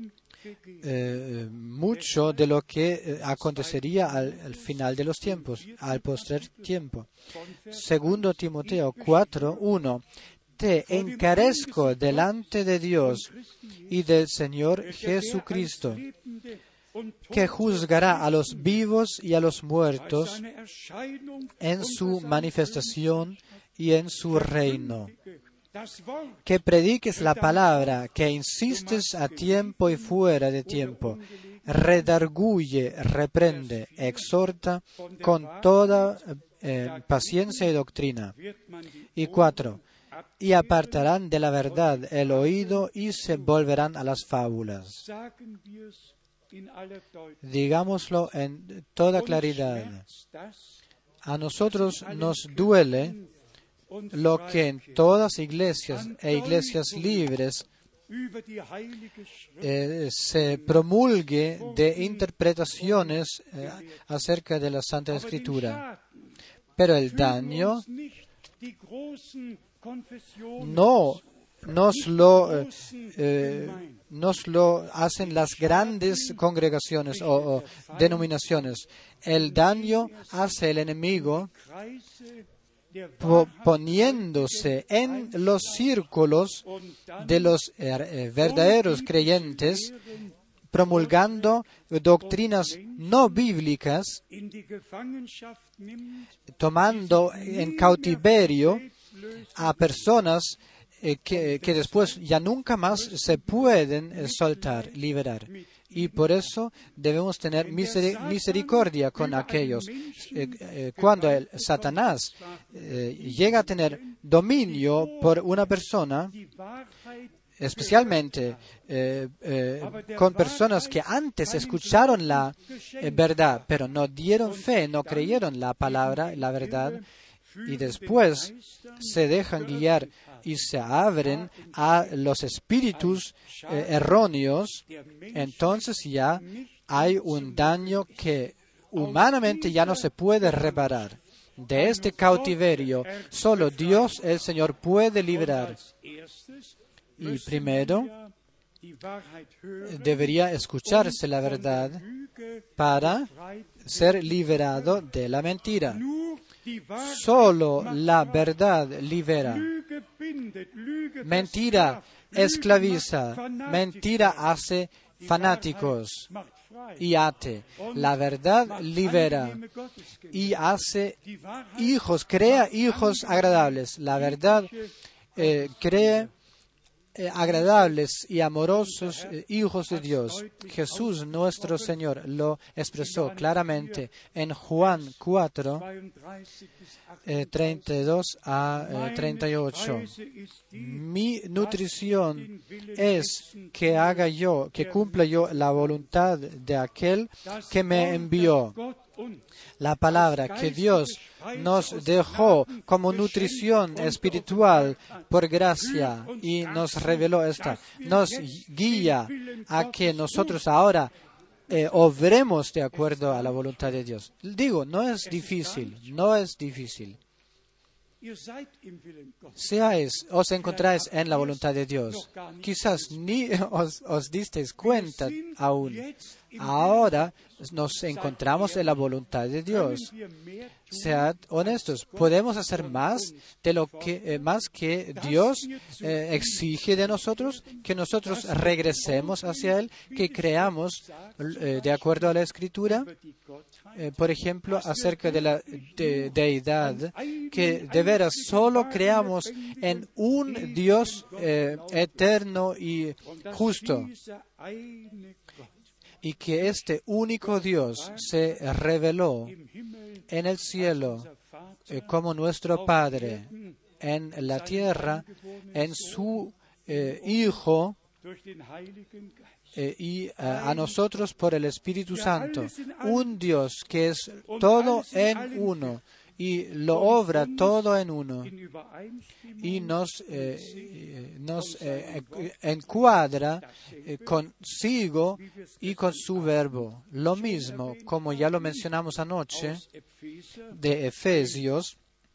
A: mucho de lo que acontecería al final de los tiempos, al postrer tiempo. 2 Timoteo 4, 1. te encarezco delante de Dios y del Señor Jesucristo, que juzgará a los vivos y a los muertos en su manifestación y en su reino. Que prediques la palabra, que insistes a tiempo y fuera de tiempo, redarguye, reprende, exhorta con toda paciencia y doctrina. Y 4. Y apartarán de la verdad el oído y se volverán a las fábulas. Digámoslo en toda claridad. A nosotros nos duele lo que en todas iglesias e iglesias libres se promulgue de interpretaciones acerca de la Santa Escritura. Pero el daño no nos lo hacen las grandes congregaciones o denominaciones. El daño hace el enemigo poniéndose en los círculos de los verdaderos creyentes, promulgando doctrinas no bíblicas, tomando en cautiverio a personas que después ya nunca más se pueden soltar, liberar. Y por eso debemos tener misericordia con aquellos. Cuando el Satanás llega a tener dominio por una persona, especialmente con personas que antes escucharon la verdad, pero no dieron fe, no creyeron la palabra, la verdad, y después se dejan guiar y se abren a los espíritus erróneos, entonces ya hay un daño que humanamente ya no se puede reparar. De este cautiverio, solo Dios, el Señor, puede librar. Y primero, debería escucharse la verdad para ser liberado de la mentira. Solo la verdad libera. Mentira esclaviza. Mentira hace fanáticos y ate. La verdad libera y hace hijos, crea hijos agradables. La verdad crea agradables y amorosos hijos de Dios. Jesús, nuestro Señor, lo expresó claramente en Juan 4, 32 a 38. Mi nutrición es que cumpla yo la voluntad de aquel que me envió. La palabra que Dios nos dejó como nutrición espiritual por gracia y nos reveló esta, nos guía a que nosotros ahora obremos de acuerdo a la voluntad de Dios. Digo, no es difícil. Os encontráis en la voluntad de Dios. Quizás ni os disteis cuenta aún. Ahora nos encontramos en la voluntad de Dios. Sead honestos. ¿Podemos hacer más que Dios exige de nosotros? Que nosotros regresemos hacia Él, que creamos de acuerdo a la Escritura. Por ejemplo, acerca de la deidad, que de veras solo creamos en un Dios eterno y justo, y que este único Dios se reveló en el cielo como nuestro Padre, en la tierra, en su Hijo, y a nosotros por el Espíritu Santo. Un Dios que es todo en uno y lo obra todo en uno y nos encuadra consigo y con su verbo. Lo mismo, como ya lo mencionamos anoche, de Efesios,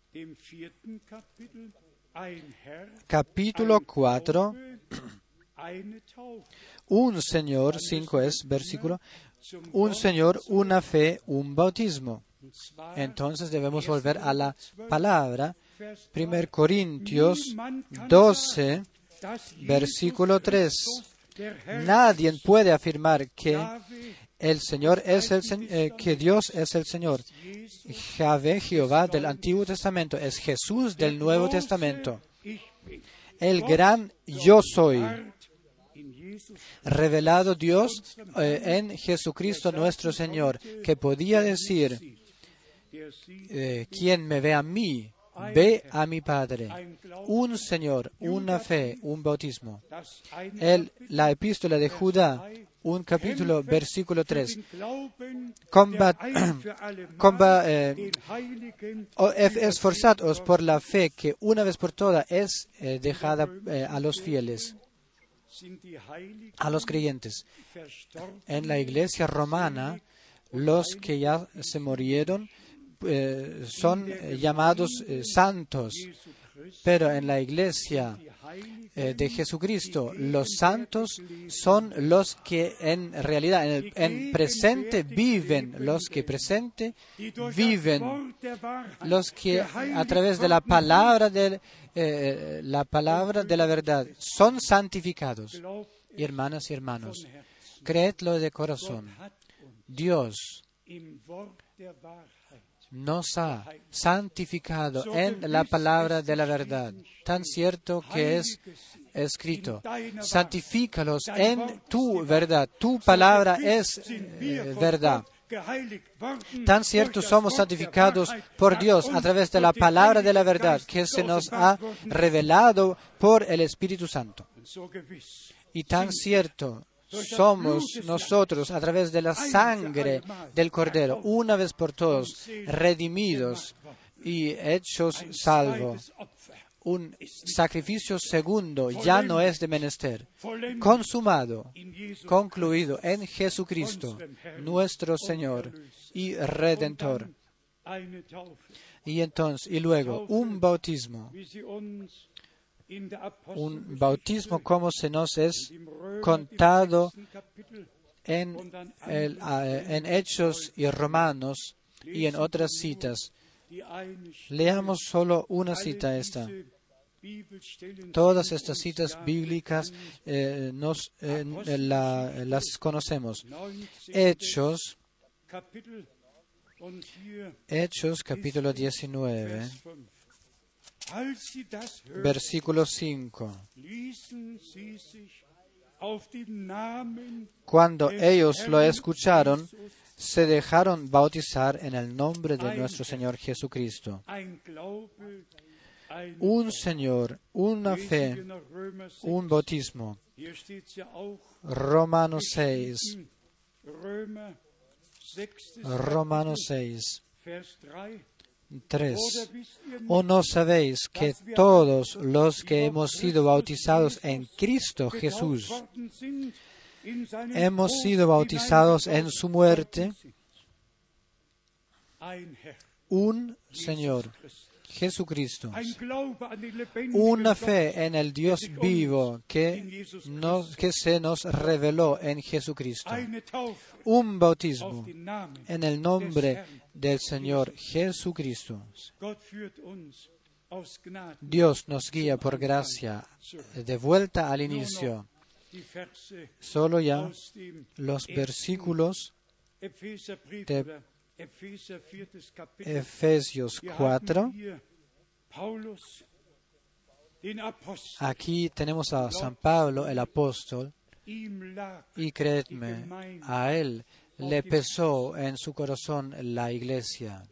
A: capítulo 4, un Señor, 5 es versículo, un Señor, una fe, un bautismo. Entonces debemos volver a la palabra 1 Corintios 12, versículo 3. Nadie puede afirmar que el Señor es que Dios es el Señor. Yahvé, Jehová del Antiguo Testamento, es Jesús del Nuevo Testamento. El gran yo soy, revelado Dios en Jesucristo nuestro Señor, que podía decir, quien me ve a mí, ve a mi Padre. Un Señor, una fe, un bautismo. La epístola de Judá, un capítulo, versículo 3. Esforzaos por la fe que una vez por todas es dejada a los fieles, a los creyentes. En la iglesia romana, los que ya se murieron son llamados santos, pero en la iglesia de Jesucristo, los santos son los que en realidad en presente viven, los que presente viven, los que a través de la palabra de la verdad son santificados. Y hermanas y hermanos, creedlo de corazón, Dios nos ha santificado en la palabra de la verdad, tan cierto que es escrito, santifícalos en tu verdad, tu palabra es verdad. Tan cierto somos santificados por Dios a través de la palabra de la verdad que se nos ha revelado por el Espíritu Santo. Y tan cierto somos nosotros a través de la sangre del Cordero, una vez por todos, redimidos y hechos salvos. Un sacrificio segundo ya no es de menester, consumado, concluido en Jesucristo, nuestro Señor y Redentor. Y luego un bautismo como se nos es contado en Hechos y Romanos y en otras citas. Leamos solo una cita esta. Todas estas citas bíblicas las conocemos. Hechos capítulo 19. Versículo 5. Cuando ellos lo escucharon, se dejaron bautizar en el nombre de nuestro Señor Jesucristo. Un Señor, una fe, un bautismo. Romanos 6. Romanos 6. 3. ¿O no sabéis que todos los que hemos sido bautizados en Cristo Jesús hemos sido bautizados en su muerte? Un Señor, Jesucristo. Una fe en el Dios vivo que se nos reveló en Jesucristo. Un bautismo en el nombre del Señor Jesucristo. Dios nos guía por gracia de vuelta al inicio. Solo ya los versículos de Efesios 4. Aquí tenemos a San Pablo, el apóstol, y creedme, a él le pesó en su corazón la iglesia.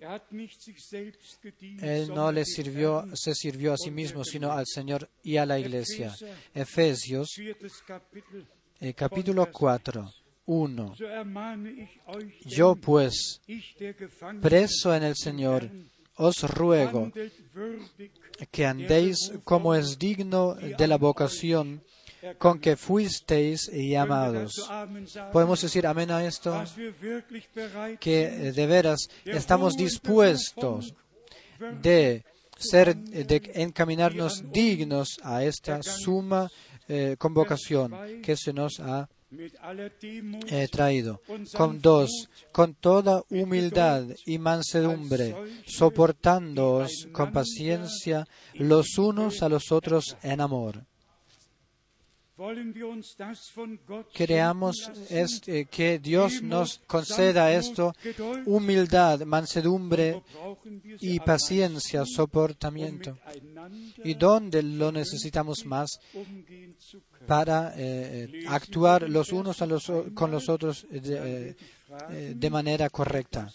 A: Él no se sirvió a sí mismo, sino al Señor y a la iglesia. Efesios, capítulo 4, 1. Yo pues, preso en el Señor, os ruego que andéis como es digno de la vocación con que fuisteis llamados. ¿Podemos decir amén a esto? Que de veras estamos dispuestos de encaminarnos dignos a esta suma convocación que se nos ha he traído, con toda humildad y mansedumbre, soportándoos con paciencia los unos a los otros en amor. Creamos que Dios nos conceda esto: humildad, mansedumbre y paciencia, soportamiento. ¿Y dónde lo necesitamos más? Para actuar los unos con los otros de manera correcta.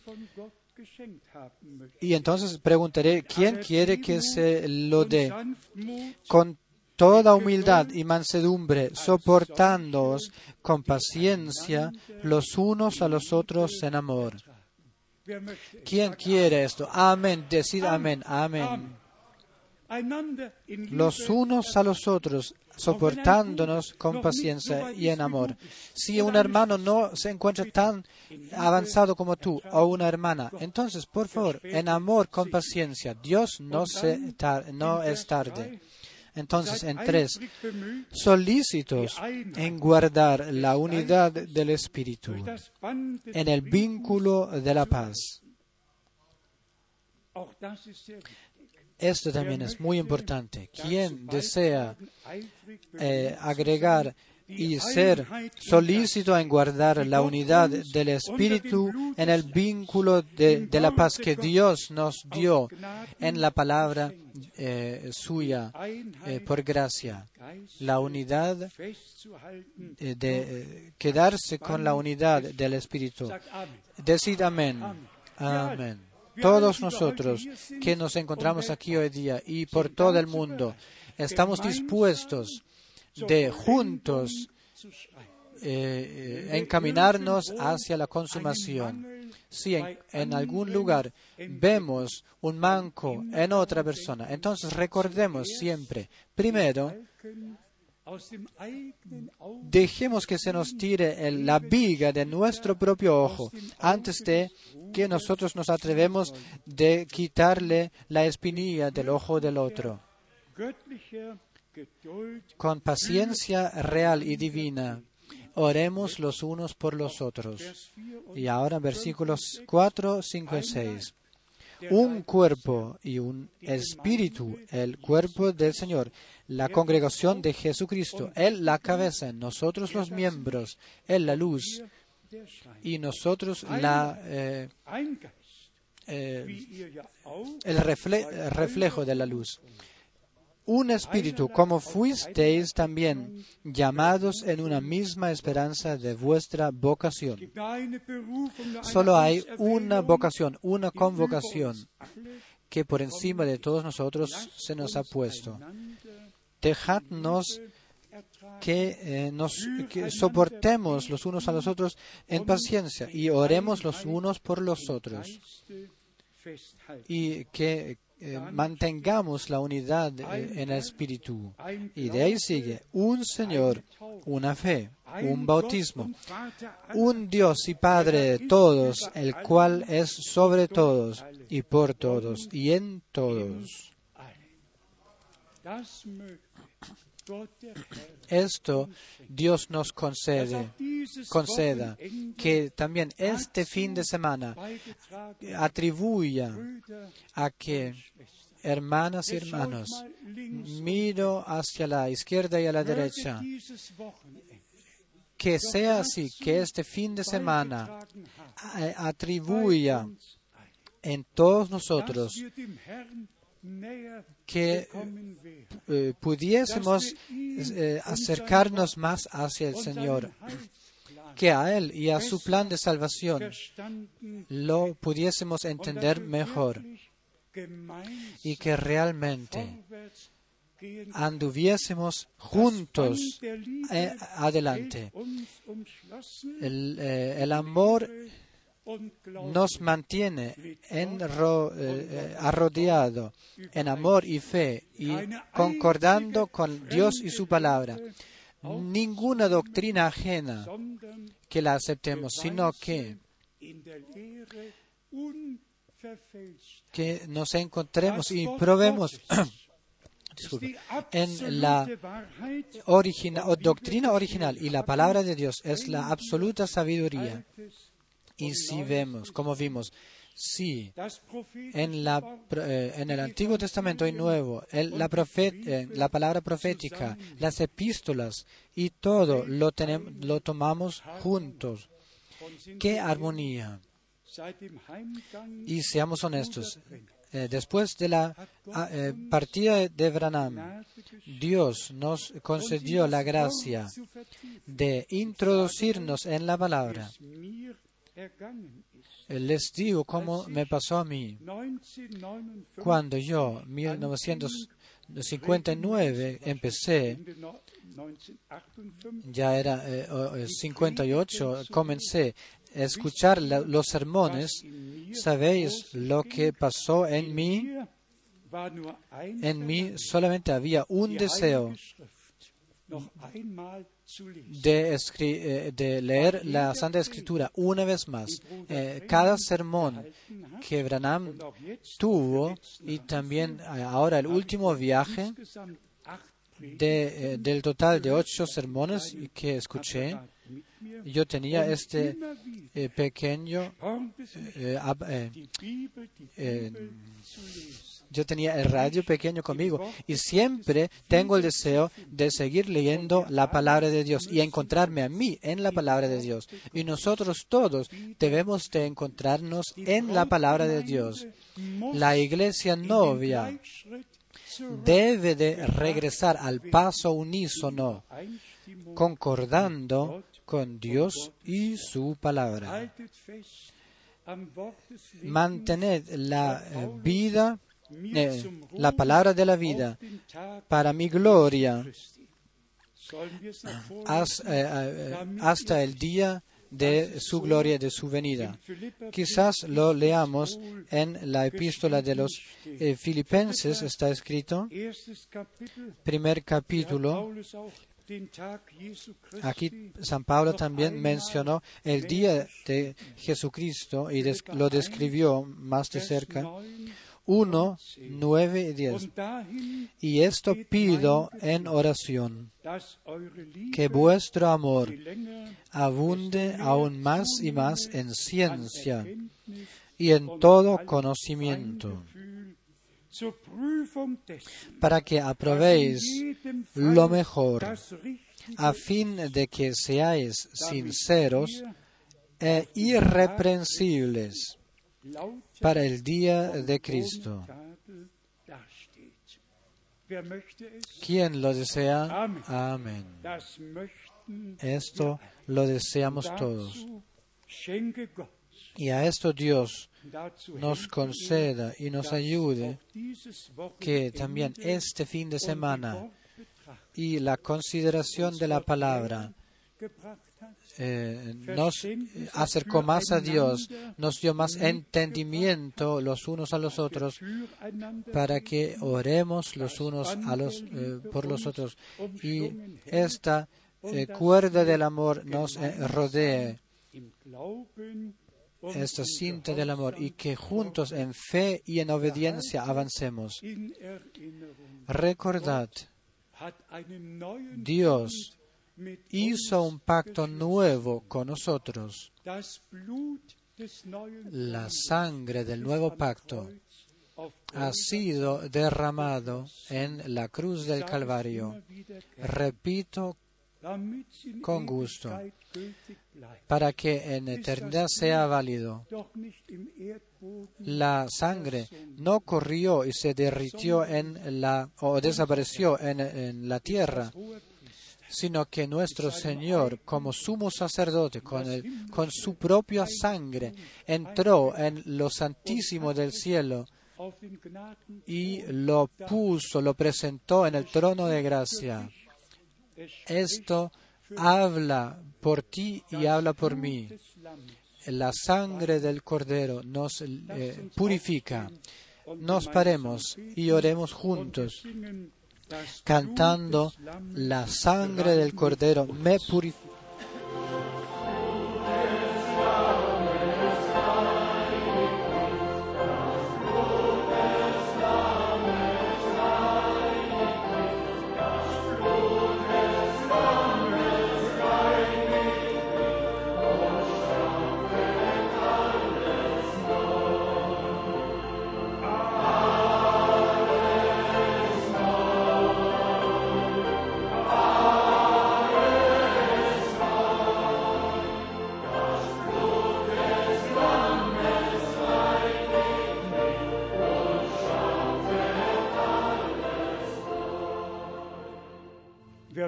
A: Y entonces preguntaré: ¿quién quiere que se lo dé? Con toda humildad y mansedumbre, soportándoos con paciencia los unos a los otros en amor. ¿Quién quiere esto? Amén. Decid amén. Amén. Los unos a los otros, soportándonos con paciencia y en amor. Si un hermano no se encuentra tan avanzado como tú, o una hermana, entonces, por favor, en amor, con paciencia. Dios no es tarde. Entonces, en 3, solícitos en guardar la unidad del Espíritu, en el vínculo de la paz. Esto también es muy importante. ¿Quién desea agregar y ser solícito en guardar la unidad del Espíritu en el vínculo de la paz que Dios nos dio en la palabra suya por gracia? La unidad, de quedarse con la unidad del Espíritu. Decid amén. Amén. Todos nosotros que nos encontramos aquí hoy día y por todo el mundo, estamos dispuestos de juntos encaminarnos hacia la consumación. Si en algún lugar vemos un manco en otra persona, entonces recordemos siempre: primero, dejemos que se nos tire la viga de nuestro propio ojo antes de que nosotros nos atrevemos de quitarle la espinilla del ojo del otro. Con paciencia real y divina, oremos los unos por los otros. Y ahora versículos 4, 5 y 6. Un cuerpo y un espíritu, el cuerpo del Señor, la congregación de Jesucristo, Él la cabeza, nosotros los miembros, Él la luz, y nosotros el reflejo de la luz. Un espíritu, como fuisteis también llamados en una misma esperanza de vuestra vocación. Solo hay una vocación, una convocación que por encima de todos nosotros se nos ha puesto. Dejadnos que soportemos los unos a los otros en paciencia y oremos los unos por los otros. Y que mantengamos la unidad en el Espíritu. Y de ahí sigue: un Señor, una fe, un bautismo, un Dios y Padre de todos, el cual es sobre todos y por todos y en todos. Esto Dios nos conceda, que también este fin de semana atribuya a que, hermanas y hermanos, miro hacia la izquierda y a la derecha, que sea así, que este fin de semana atribuya en todos nosotros que pudiésemos acercarnos más hacia el Señor, que a Él y a su plan de salvación lo pudiésemos entender mejor y que realmente anduviésemos juntos adelante. El amor nos mantiene arrodillado en amor y fe y concordando con Dios y su palabra. Ninguna doctrina ajena que la aceptemos, sino que nos encontremos y probemos en la doctrina original y la palabra de Dios es la absoluta sabiduría. Y si vemos, como vimos, si en el Antiguo Testamento y Nuevo, la palabra profética, las epístolas y todo lo tomamos juntos, ¡qué armonía! Y seamos honestos, después de la partida de Branham, Dios nos concedió la gracia de introducirnos en la palabra. Les digo cómo me pasó a mí. Cuando yo, en 1959, empecé, ya era 58, comencé a escuchar los sermones. ¿Sabéis lo que pasó en mí? En mí solamente había un deseo de leer la Santa Escritura una vez más. Cada sermón que Branham tuvo, y también ahora el último viaje, del total de 8 sermones que escuché, yo tenía este pequeño yo tenía el radio pequeño conmigo y siempre tengo el deseo de seguir leyendo la palabra de Dios y encontrarme a mí en la palabra de Dios. Y nosotros todos debemos de encontrarnos en la palabra de Dios. La iglesia novia debe de regresar al paso unísono, concordando con Dios y su palabra. Mantened la vida, la palabra de la vida para mi gloria hasta el día de su gloria, de su venida. Quizás lo leamos en la epístola de los Filipenses, está escrito, primer capítulo. Aquí San Pablo también mencionó el día de Jesucristo y lo describió más de cerca. 1, 9 y 10. Y esto pido en oración, que vuestro amor abunde aún más y más en ciencia y en todo conocimiento, para que aprobéis lo mejor, a fin de que seáis sinceros e irreprensibles para el día de Cristo. ¿Quién lo desea? Amén. Esto lo deseamos todos. Y a esto Dios nos conceda y nos ayude que también este fin de semana y la consideración de la palabra nos acercó más a Dios, nos dio más entendimiento los unos a los otros, para que oremos los unos por los otros y esta cuerda del amor nos rodee, esta cinta del amor, y que juntos en fe y en obediencia avancemos. Recordad, Dios hizo un pacto nuevo con nosotros. La sangre del nuevo pacto ha sido derramado en la cruz del Calvario. Repito con gusto, para que en eternidad sea válido. La sangre no corrió y se derritió o desapareció en la tierra, sino que nuestro Señor, como sumo sacerdote, con su propia sangre, entró en lo santísimo del cielo y lo presentó en el trono de gracia. Esto habla por ti y habla por mí. La sangre del Cordero nos purifica. Nos paremos y oremos juntos, cantando: la sangre del Cordero me purifica.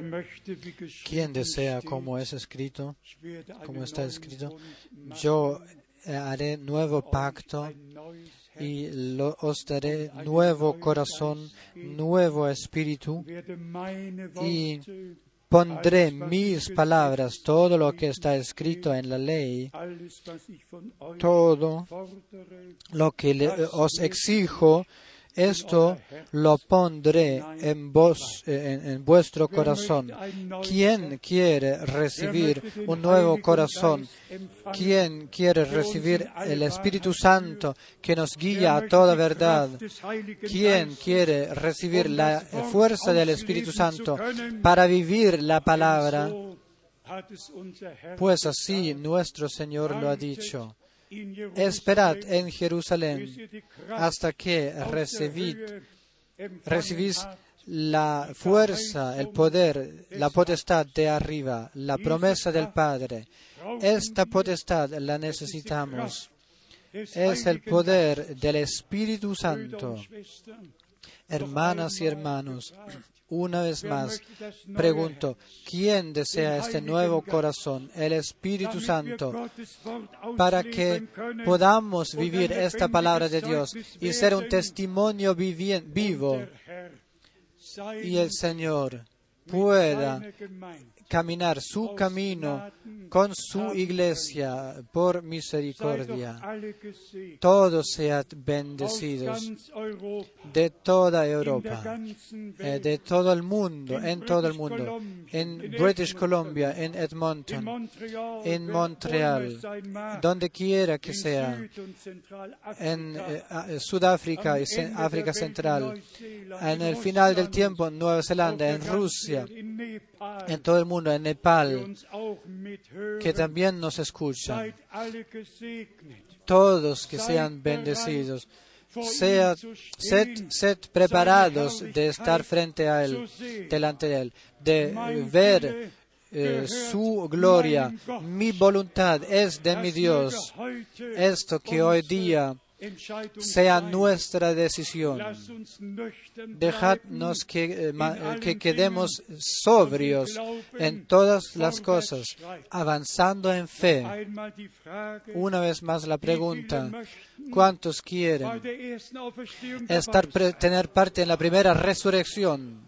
A: ¿Quién desea como es escrito, como está escrito? Yo haré nuevo pacto y os daré nuevo corazón, nuevo espíritu, y pondré mis palabras, todo lo que está escrito en la ley, todo lo que os exijo, esto lo pondré en vuestro corazón. ¿Quién quiere recibir un nuevo corazón? ¿Quién quiere recibir el Espíritu Santo que nos guía a toda verdad? ¿Quién quiere recibir la fuerza del Espíritu Santo para vivir la palabra? Pues así nuestro Señor lo ha dicho. Esperad en Jerusalén hasta que recibís la fuerza, el poder, la potestad de arriba, la promesa del Padre. Esta potestad la necesitamos. Es el poder del Espíritu Santo. Hermanas y hermanos, una vez más, pregunto, ¿quién desea este nuevo corazón, el Espíritu Santo, para que podamos vivir esta palabra de Dios y ser un testimonio vivo, y el Señor pueda caminar su camino con su iglesia por misericordia? Todos sean bendecidos de toda Europa, de todo el mundo, en British Columbia, en Edmonton, en Montreal, donde quiera que sea, en Sudáfrica y África Central, en el final del tiempo en Nueva Zelanda, en Rusia, en todo el mundo, en Nepal, que también nos escuchan. Todos que sean bendecidos. Sed preparados de estar frente a Él, delante de Él, de ver su gloria. Mi voluntad es de mi Dios. Esto que hoy día sea nuestra decisión. Dejadnos que quedemos sobrios en todas las cosas, avanzando en fe. Una vez más la pregunta, ¿cuántos quieren tener parte en la primera resurrección?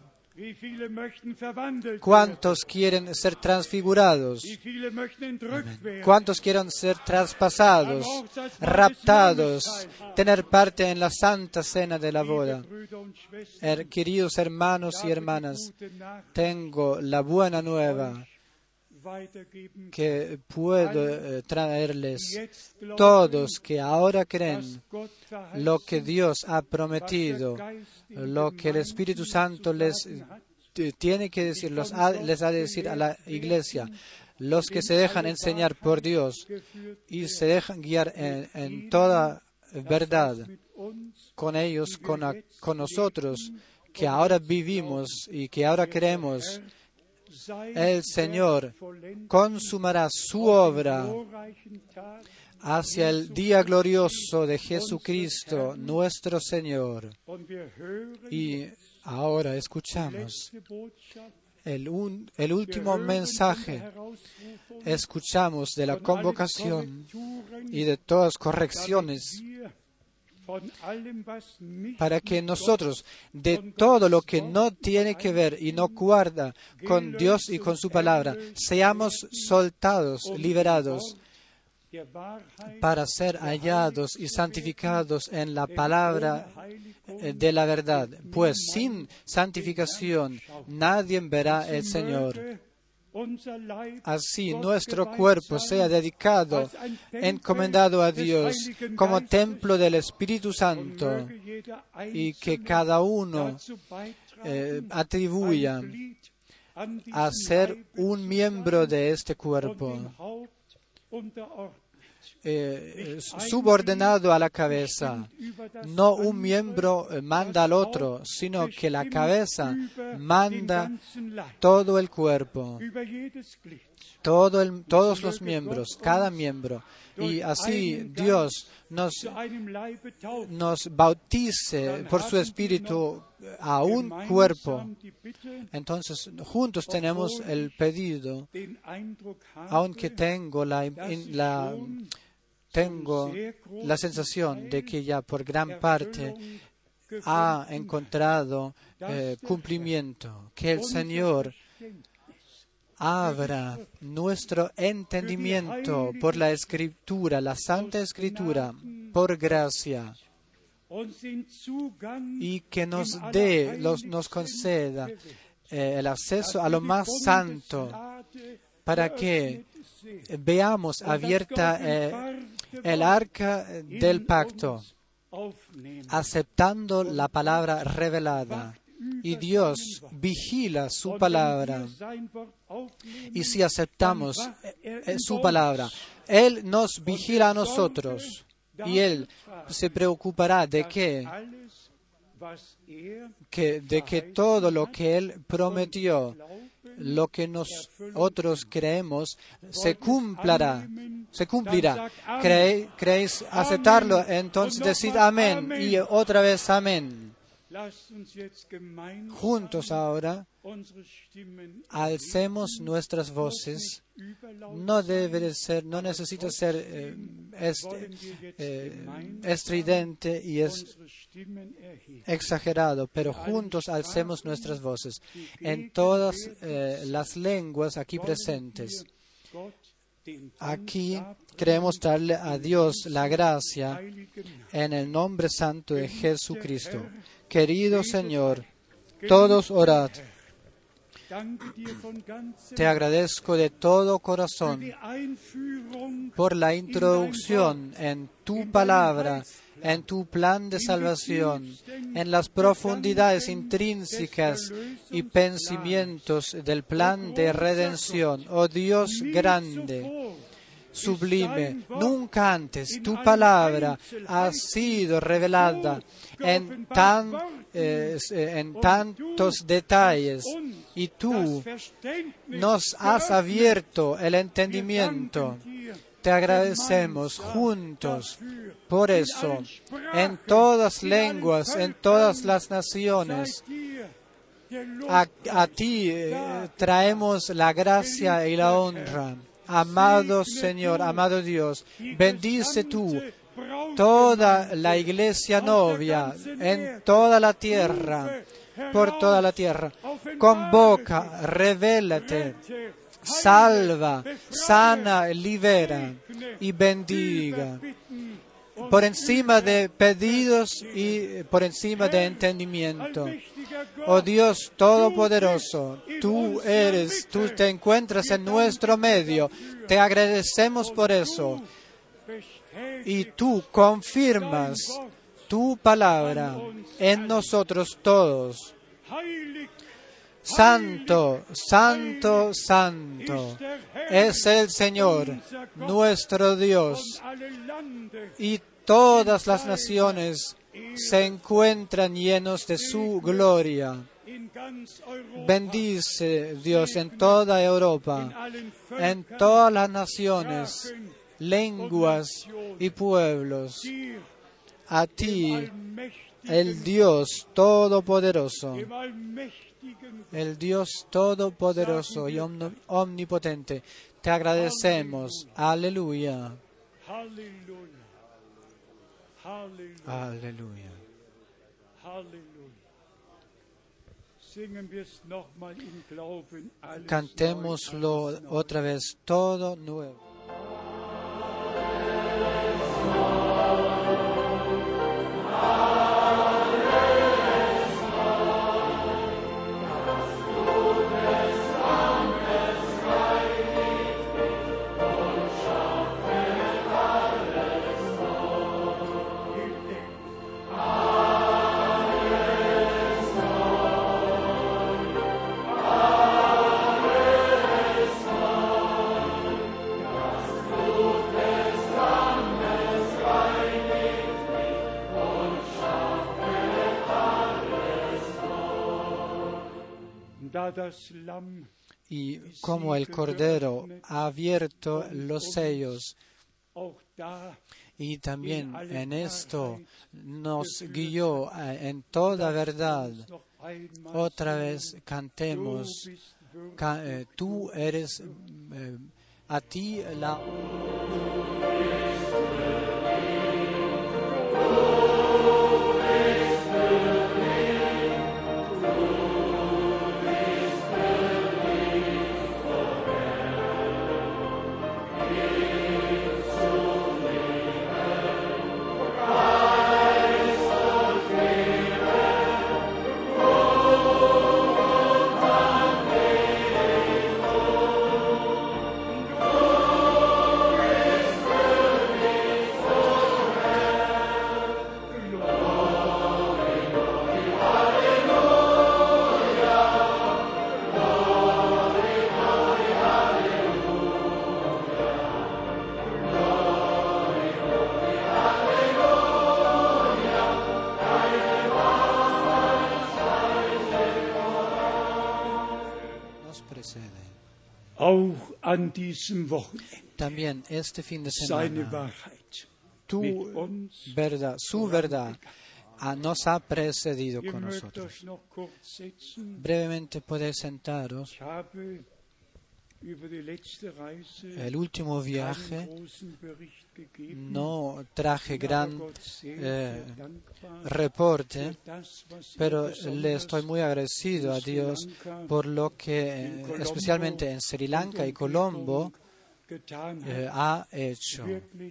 A: ¿Cuántos quieren ser transfigurados? ¿Cuántos quieren ser traspasados, raptados, tener parte en la santa cena de la boda? Queridos hermanos y hermanas, tengo la buena nueva que puedo traerles. Todos que ahora creen lo que Dios ha prometido, lo que el Espíritu Santo les tiene que decir, les ha de decir a la iglesia, los que se dejan enseñar por Dios y se dejan guiar en toda verdad, con ellos, con nosotros, que ahora vivimos y que ahora creemos, el Señor consumará su obra hacia el día glorioso de Jesucristo, nuestro Señor. Y ahora escuchamos el último mensaje. Escuchamos de la convocación y de todas correcciones, para que nosotros, de todo lo que no tiene que ver y no guarda con Dios y con su palabra, seamos soltados, liberados, para ser hallados y santificados en la palabra de la verdad. Pues sin santificación nadie verá el Señor. Así nuestro cuerpo sea dedicado, encomendado a Dios como templo del Espíritu Santo, y que cada uno atribuya a ser un miembro de este cuerpo, subordinado a la cabeza. No un miembro manda al otro, sino que la cabeza manda todo el cuerpo. todos los miembros, cada miembro. Y así Dios nos bautice por su Espíritu a un cuerpo. Entonces, juntos tenemos el pedido, aunque tengo la sensación de que ya por gran parte ha encontrado cumplimiento, que el Señor abra nuestro entendimiento por la Escritura, la Santa Escritura, por gracia, y que nos conceda el acceso a lo más santo, para que veamos abierta el arca del pacto, aceptando la palabra revelada. Y Dios vigila su palabra. Y si aceptamos su palabra, Él nos vigila a nosotros. Y Él se preocupará de que todo lo que Él prometió, lo que nosotros creemos, se cumplirá. ¿Queréis aceptarlo? Entonces decid amén y otra vez amén. Juntos ahora alcemos nuestras voces. No necesita ser estridente y exagerado, pero juntos alcemos nuestras voces en todas las lenguas aquí presentes. Aquí queremos darle a Dios la gracia en el nombre santo de Jesucristo. Querido Señor, todos orad. Te agradezco de todo corazón por la introducción en tu palabra, en tu plan de salvación, en las profundidades intrínsecas y pensamientos del plan de redención. Oh Dios grande, sublime, nunca antes tu palabra ha sido revelada en tantos detalles, y tú nos has abierto el entendimiento. Te agradecemos juntos por eso, en todas lenguas, en todas las naciones. A ti traemos la gracia y la honra. Amado Señor, amado Dios, bendice tú toda la iglesia novia en toda la tierra, por toda la tierra. Convoca, revélate, salva, sana, libera y bendiga. Por encima de pedidos y por encima de entendimiento. Oh Dios Todopoderoso, tú te encuentras en nuestro medio. Te agradecemos por eso. Y tú confirmas tu palabra en nosotros todos. Santo, santo, santo es el Señor, nuestro Dios, y todas las naciones se encuentran llenos de su gloria. Bendice, Dios, en toda Europa, en todas las naciones, lenguas y pueblos. A ti, el Dios Todopoderoso, el Dios Todopoderoso y omnipotente, te agradecemos. Aleluya. Aleluya. Cantémoslo otra vez todo nuevo. y como el Cordero ha abierto los sellos. Y también en esto nos guió en toda verdad. Otra vez cantemos, tú eres, a ti la... También este fin de semana, su verdad nos ha precedido con nosotros. Brevemente podéis sentaros. El último viaje no traje gran reporte, pero le estoy muy agradecido a Dios por lo que, especialmente en Sri Lanka y Colombo, ha hecho.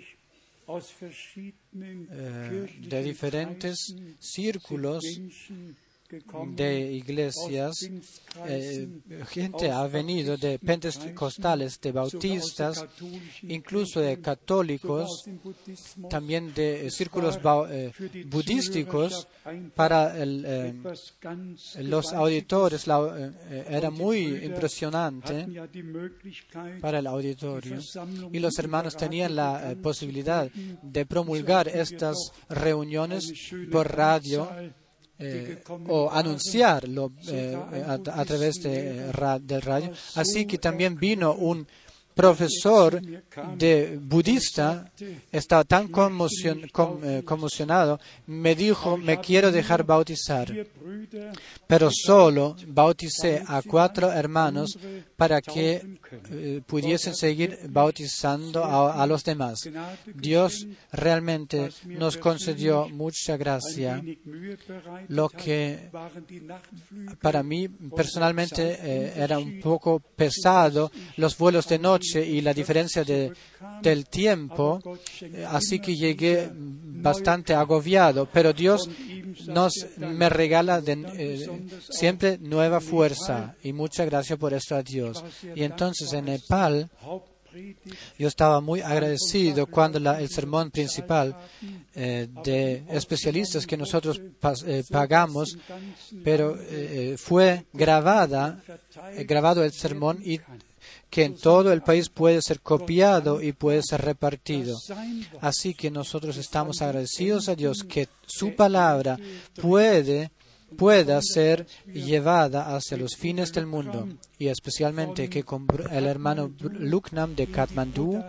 A: De diferentes círculos de iglesias, gente ha venido de pentecostales, de bautistas, incluso de católicos, también de círculos budísticos. Para los auditores era muy impresionante para el auditorio, y los hermanos tenían la posibilidad de promulgar estas reuniones por radio, o anunciarlo a través del radio. Así que también vino un profesor de budista, estaba tan conmocionado, me dijo, me quiero dejar bautizar, pero solo bauticé a 4 hermanos para que pudiesen seguir bautizando a los demás. Dios realmente nos concedió mucha gracia, lo que para mí personalmente era un poco pesado, los vuelos de noche y la diferencia del tiempo, así que llegué bastante agobiado, pero Dios me regala siempre nueva fuerza, y muchas gracias por esto a Dios. Y entonces en Nepal yo estaba muy agradecido cuando el sermón principal de especialistas que nosotros pagamos, pero fue grabado el sermón, y que en todo el país puede ser copiado y puede ser repartido. Así que nosotros estamos agradecidos a Dios que su palabra pueda ser llevada hacia los fines del mundo, y especialmente que con el hermano Luknam de Katmandú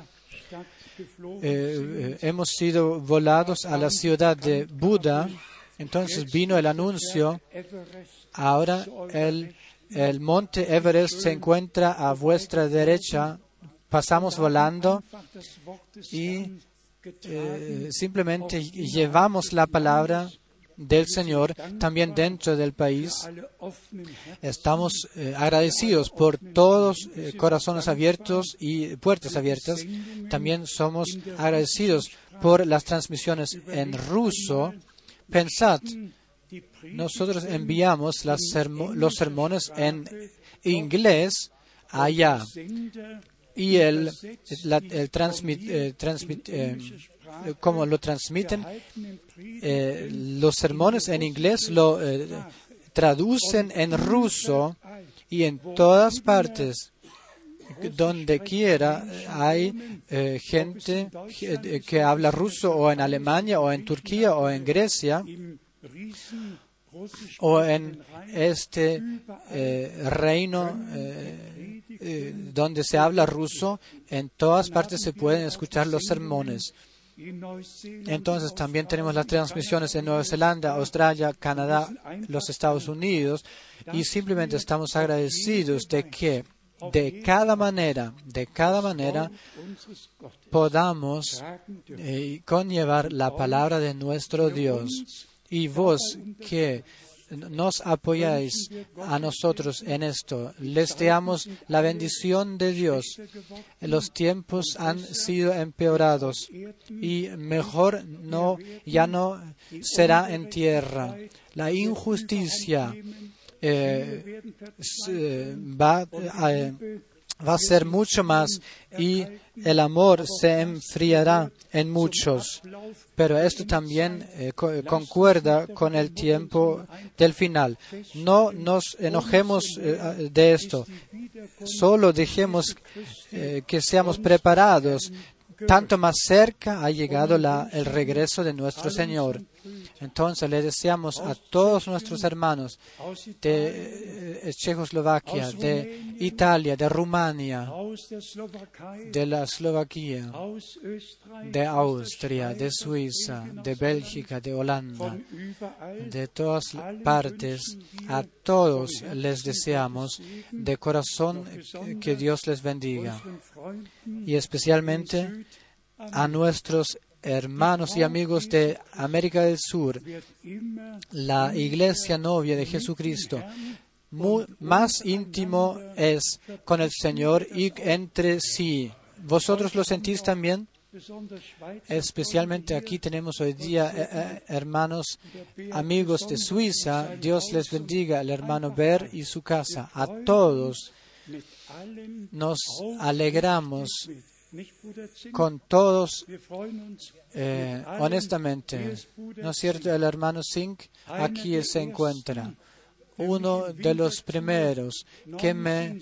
A: hemos sido volados a la ciudad de Buda. Entonces vino el anuncio, ahora el monte Everest se encuentra a vuestra derecha. Pasamos volando y simplemente llevamos la palabra del Señor también dentro del país. Estamos agradecidos por todos corazones abiertos y puertas abiertas. También somos agradecidos por las transmisiones en ruso. Pensad, nosotros enviamos los sermones en inglés allá, y como lo transmiten, los sermones en inglés lo traducen en ruso, y en todas partes, donde quiera, hay gente que habla ruso, o en Alemania, o en Turquía, o en Grecia, o en este reino donde se habla ruso, en todas partes se pueden escuchar los sermones. Entonces también tenemos las transmisiones en Nueva Zelanda, Australia, Canadá, los Estados Unidos, y simplemente estamos agradecidos de que de cada manera podamos conllevar la palabra de nuestro Dios. Y vos que nos apoyáis a nosotros en esto, les damos la bendición de Dios. Los tiempos han sido empeorados y mejor ya no será en tierra. La injusticia va a ser mucho más y el amor se enfriará en muchos. Pero esto también concuerda con el tiempo del final. No nos enojemos de esto. Solo dejemos que seamos preparados. Tanto más cerca ha llegado el regreso de nuestro Señor. Entonces le deseamos a todos nuestros hermanos de Checoslovaquia, de Italia, de Rumania, de la Eslovaquia, de Austria, de Suiza, de Bélgica, de Holanda, de todas partes, a todos les deseamos de corazón que Dios les bendiga. Y especialmente a nuestros hermanos y amigos de América del Sur, la Iglesia novia de Jesucristo, más íntimo es con el Señor y entre sí. ¿Vosotros lo sentís también? Especialmente aquí tenemos hoy día hermanos, amigos de Suiza. Dios les bendiga, el hermano Ber y su casa. A todos nos alegramos con todos, honestamente. ¿No es cierto? El hermano Singh aquí se encuentra. Uno de los primeros que me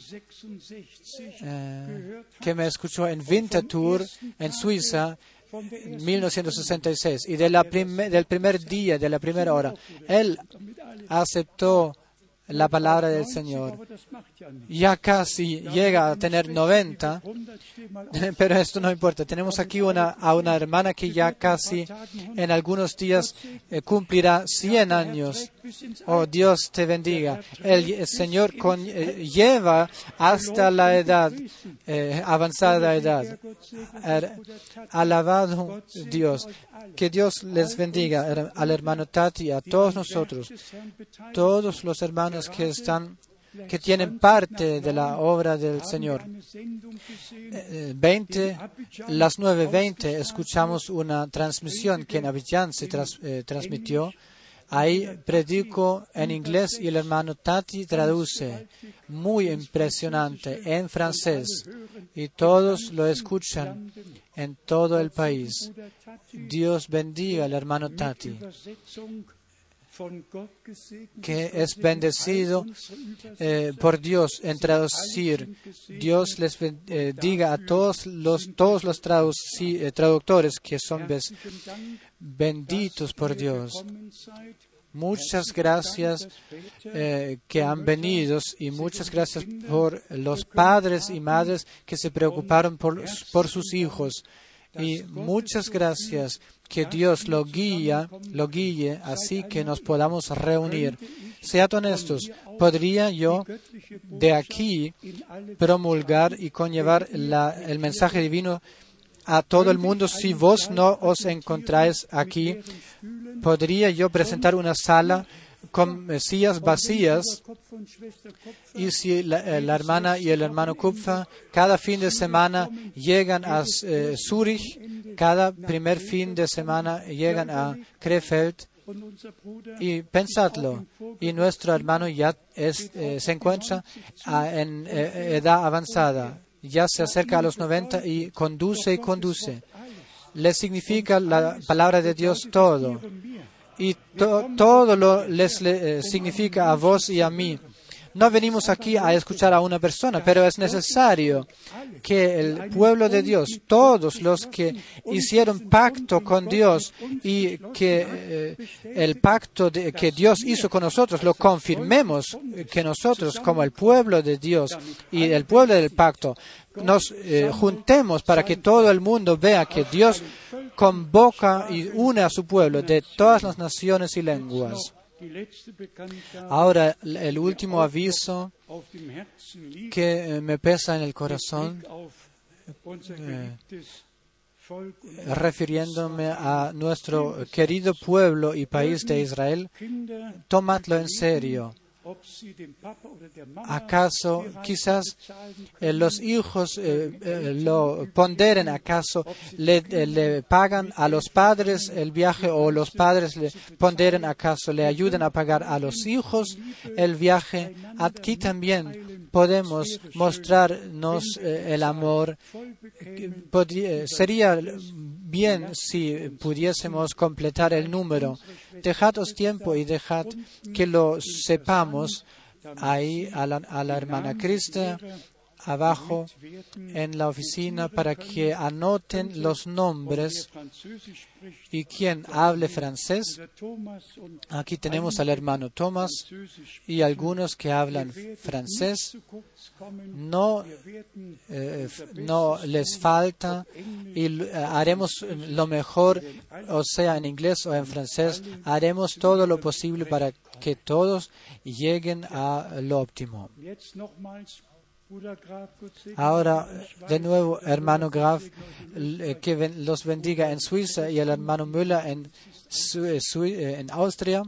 A: escuchó en Winterthur, en Suiza, en 1966. Y del primer día, de la primera hora, él aceptó la palabra del Señor. Ya casi llega a tener 90, pero esto no importa. Tenemos aquí a una hermana que ya casi en algunos días cumplirá 100 años. Oh, Dios te bendiga. El Señor lleva hasta la edad, avanzada edad. Alabado Dios. Que Dios les bendiga al hermano Tati, a todos nosotros, todos los hermanos que tienen parte de la obra del Señor. Las 9:20 escuchamos una transmisión que en Abidjan se transmitió. Ahí predico en inglés y el hermano Tati traduce. Muy impresionante en francés. Y todos lo escuchan en todo el país. Dios bendiga al hermano Tati, que es bendecido por Dios en traducir. Dios les diga a todos los traductores que son benditos por Dios. Muchas gracias que han venido y muchas gracias por los padres y madres que se preocuparon por sus hijos. Y muchas gracias que Dios lo guíe así que nos podamos reunir. Sead honestos, ¿podría yo de aquí promulgar y conllevar el mensaje divino a todo el mundo si vos no os encontráis aquí? ¿Podría yo presentar una sala con sillas vacías? Y si la hermana y el hermano Kupfer cada fin de semana llegan a Zurich, cada primer fin de semana llegan a Krefeld, y pensadlo, y nuestro hermano ya se encuentra en edad avanzada, ya se acerca a los 90 y conduce. Le significa la palabra de Dios todo. Y todo les significa a vos y a mí. No venimos aquí a escuchar a una persona, pero es necesario que el pueblo de Dios, todos los que hicieron pacto con Dios y que el pacto que Dios hizo con nosotros lo confirmemos, que nosotros como el pueblo de Dios y el pueblo del pacto nos juntemos para que todo el mundo vea que Dios convoca y une a su pueblo de todas las naciones y lenguas. Ahora, el último aviso que me pesa en el corazón, refiriéndome a nuestro querido pueblo y país de Israel, tomadlo en serio. ¿Acaso quizás los hijos lo ponderen? ¿Acaso le pagan a los padres el viaje o los padres le ponderen? ¿Acaso le ayudan a pagar a los hijos el viaje? Aquí también podemos mostrarnos el amor. Sería bien si pudiésemos completar el número. Dejados tiempo y dejad que lo sepamos ahí a la hermana Krista abajo en la oficina para que anoten los nombres y quien hable francés. Aquí tenemos al hermano Thomas y algunos que hablan francés. No les falta y haremos lo mejor, o sea en inglés o en francés, haremos todo lo posible para que todos lleguen a lo óptimo. Ahora, de nuevo, hermano Graf, que los bendiga en Suiza, y el hermano Müller en Austria.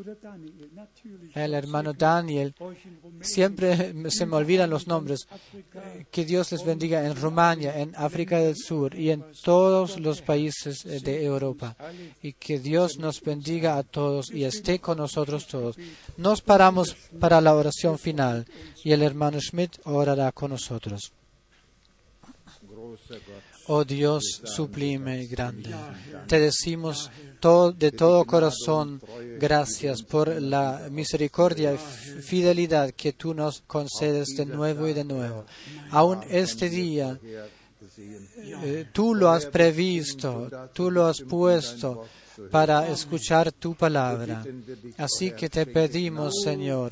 A: El hermano Daniel, siempre se me olvidan los nombres. Que Dios les bendiga en Rumania, en África del Sur y en todos los países de Europa. Y que Dios nos bendiga a todos y esté con nosotros todos. Nos paramos para la oración final y el hermano Schmidt orará con nosotros. Oh Dios sublime y grande, te decimos de todo corazón gracias por la misericordia y fidelidad que tú nos concedes de nuevo y de nuevo. Aún este día, tú lo has previsto, tú lo has puesto para escuchar tu palabra. Así que te pedimos, Señor,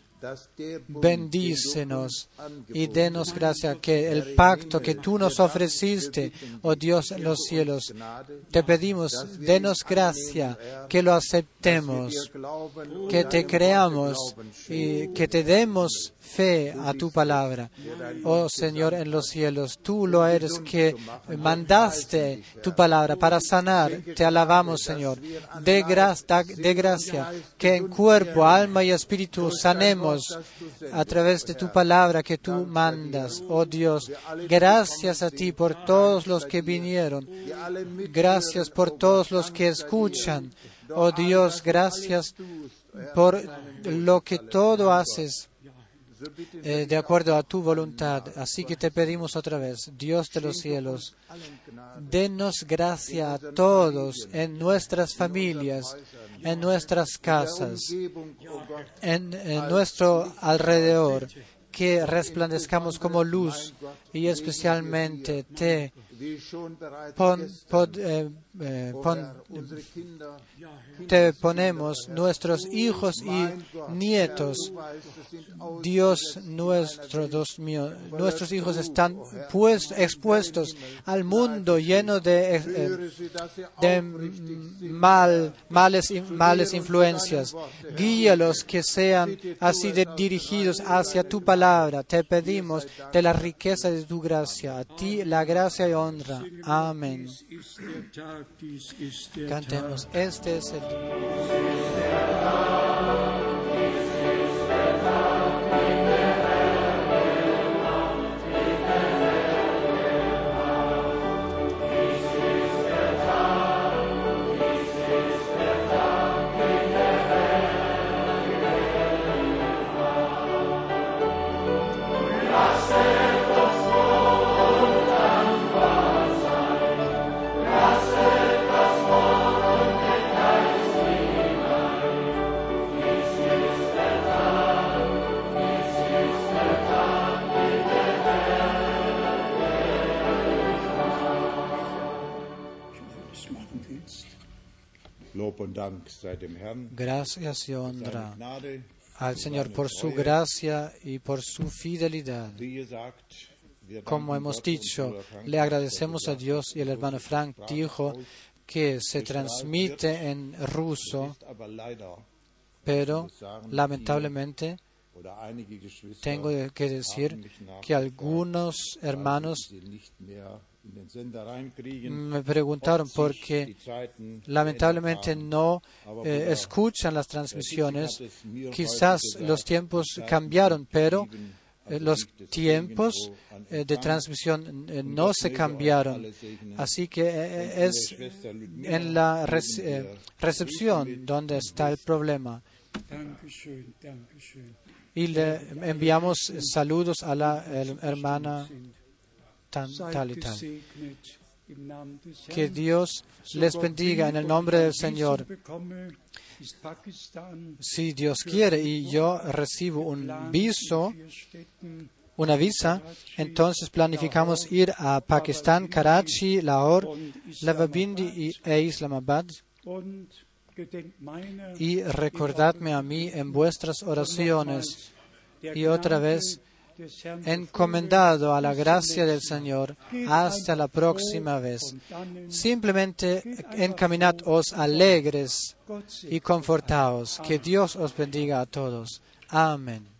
A: bendícenos y denos gracia que el pacto que tú nos ofreciste, oh Dios en los cielos, te pedimos, denos gracia que lo aceptemos, que te creamos y que te demos fe a tu palabra. Oh Señor en los cielos, tú lo eres que mandaste tu palabra para sanar. Te alabamos, Señor. De gracia que en cuerpo, alma y espíritu sanemos a través de tu palabra que tú mandas. Oh Dios, gracias a ti por todos los que vinieron. Gracias por todos los que escuchan. Oh Dios, gracias por lo que todo haces de acuerdo a tu voluntad. Así que te pedimos otra vez, Dios de los cielos, denos gracia a todos en nuestras familias, en nuestras casas, en nuestro alrededor, que resplandezcamos como luz y especialmente te ponemos nuestros hijos y nietos. Dios nuestro, Dios mío, nuestros hijos están expuestos al mundo lleno de males influencias. Guíalos que sean así dirigidos hacia tu palabra. Te pedimos de la riqueza de tu gracia. A ti la gracia y honra. Amén. Cantemos. Este es el Gracias y honra al Señor por su gracia y por su fidelidad. Como hemos dicho, le agradecemos a Dios, y el hermano Frank dijo que se transmite en ruso, pero lamentablemente tengo que decir que algunos hermanos me preguntaron porque lamentablemente no escuchan las transmisiones. Quizás los tiempos cambiaron, pero los tiempos de transmisión no se cambiaron. Así que es en la recepción donde está el problema. Y le enviamos saludos a la hermana tal y tal. Que Dios les bendiga en el nombre del Señor. Si Dios quiere y yo recibo una visa, entonces planificamos ir a Pakistán, Karachi, Lahore, Rawalpindi e Islamabad. Y recordadme a mí en vuestras oraciones. Y otra vez, encomendado a la gracia del Señor, hasta la próxima vez. Simplemente encaminaos alegres y confortaos. Que Dios os bendiga a todos. Amén.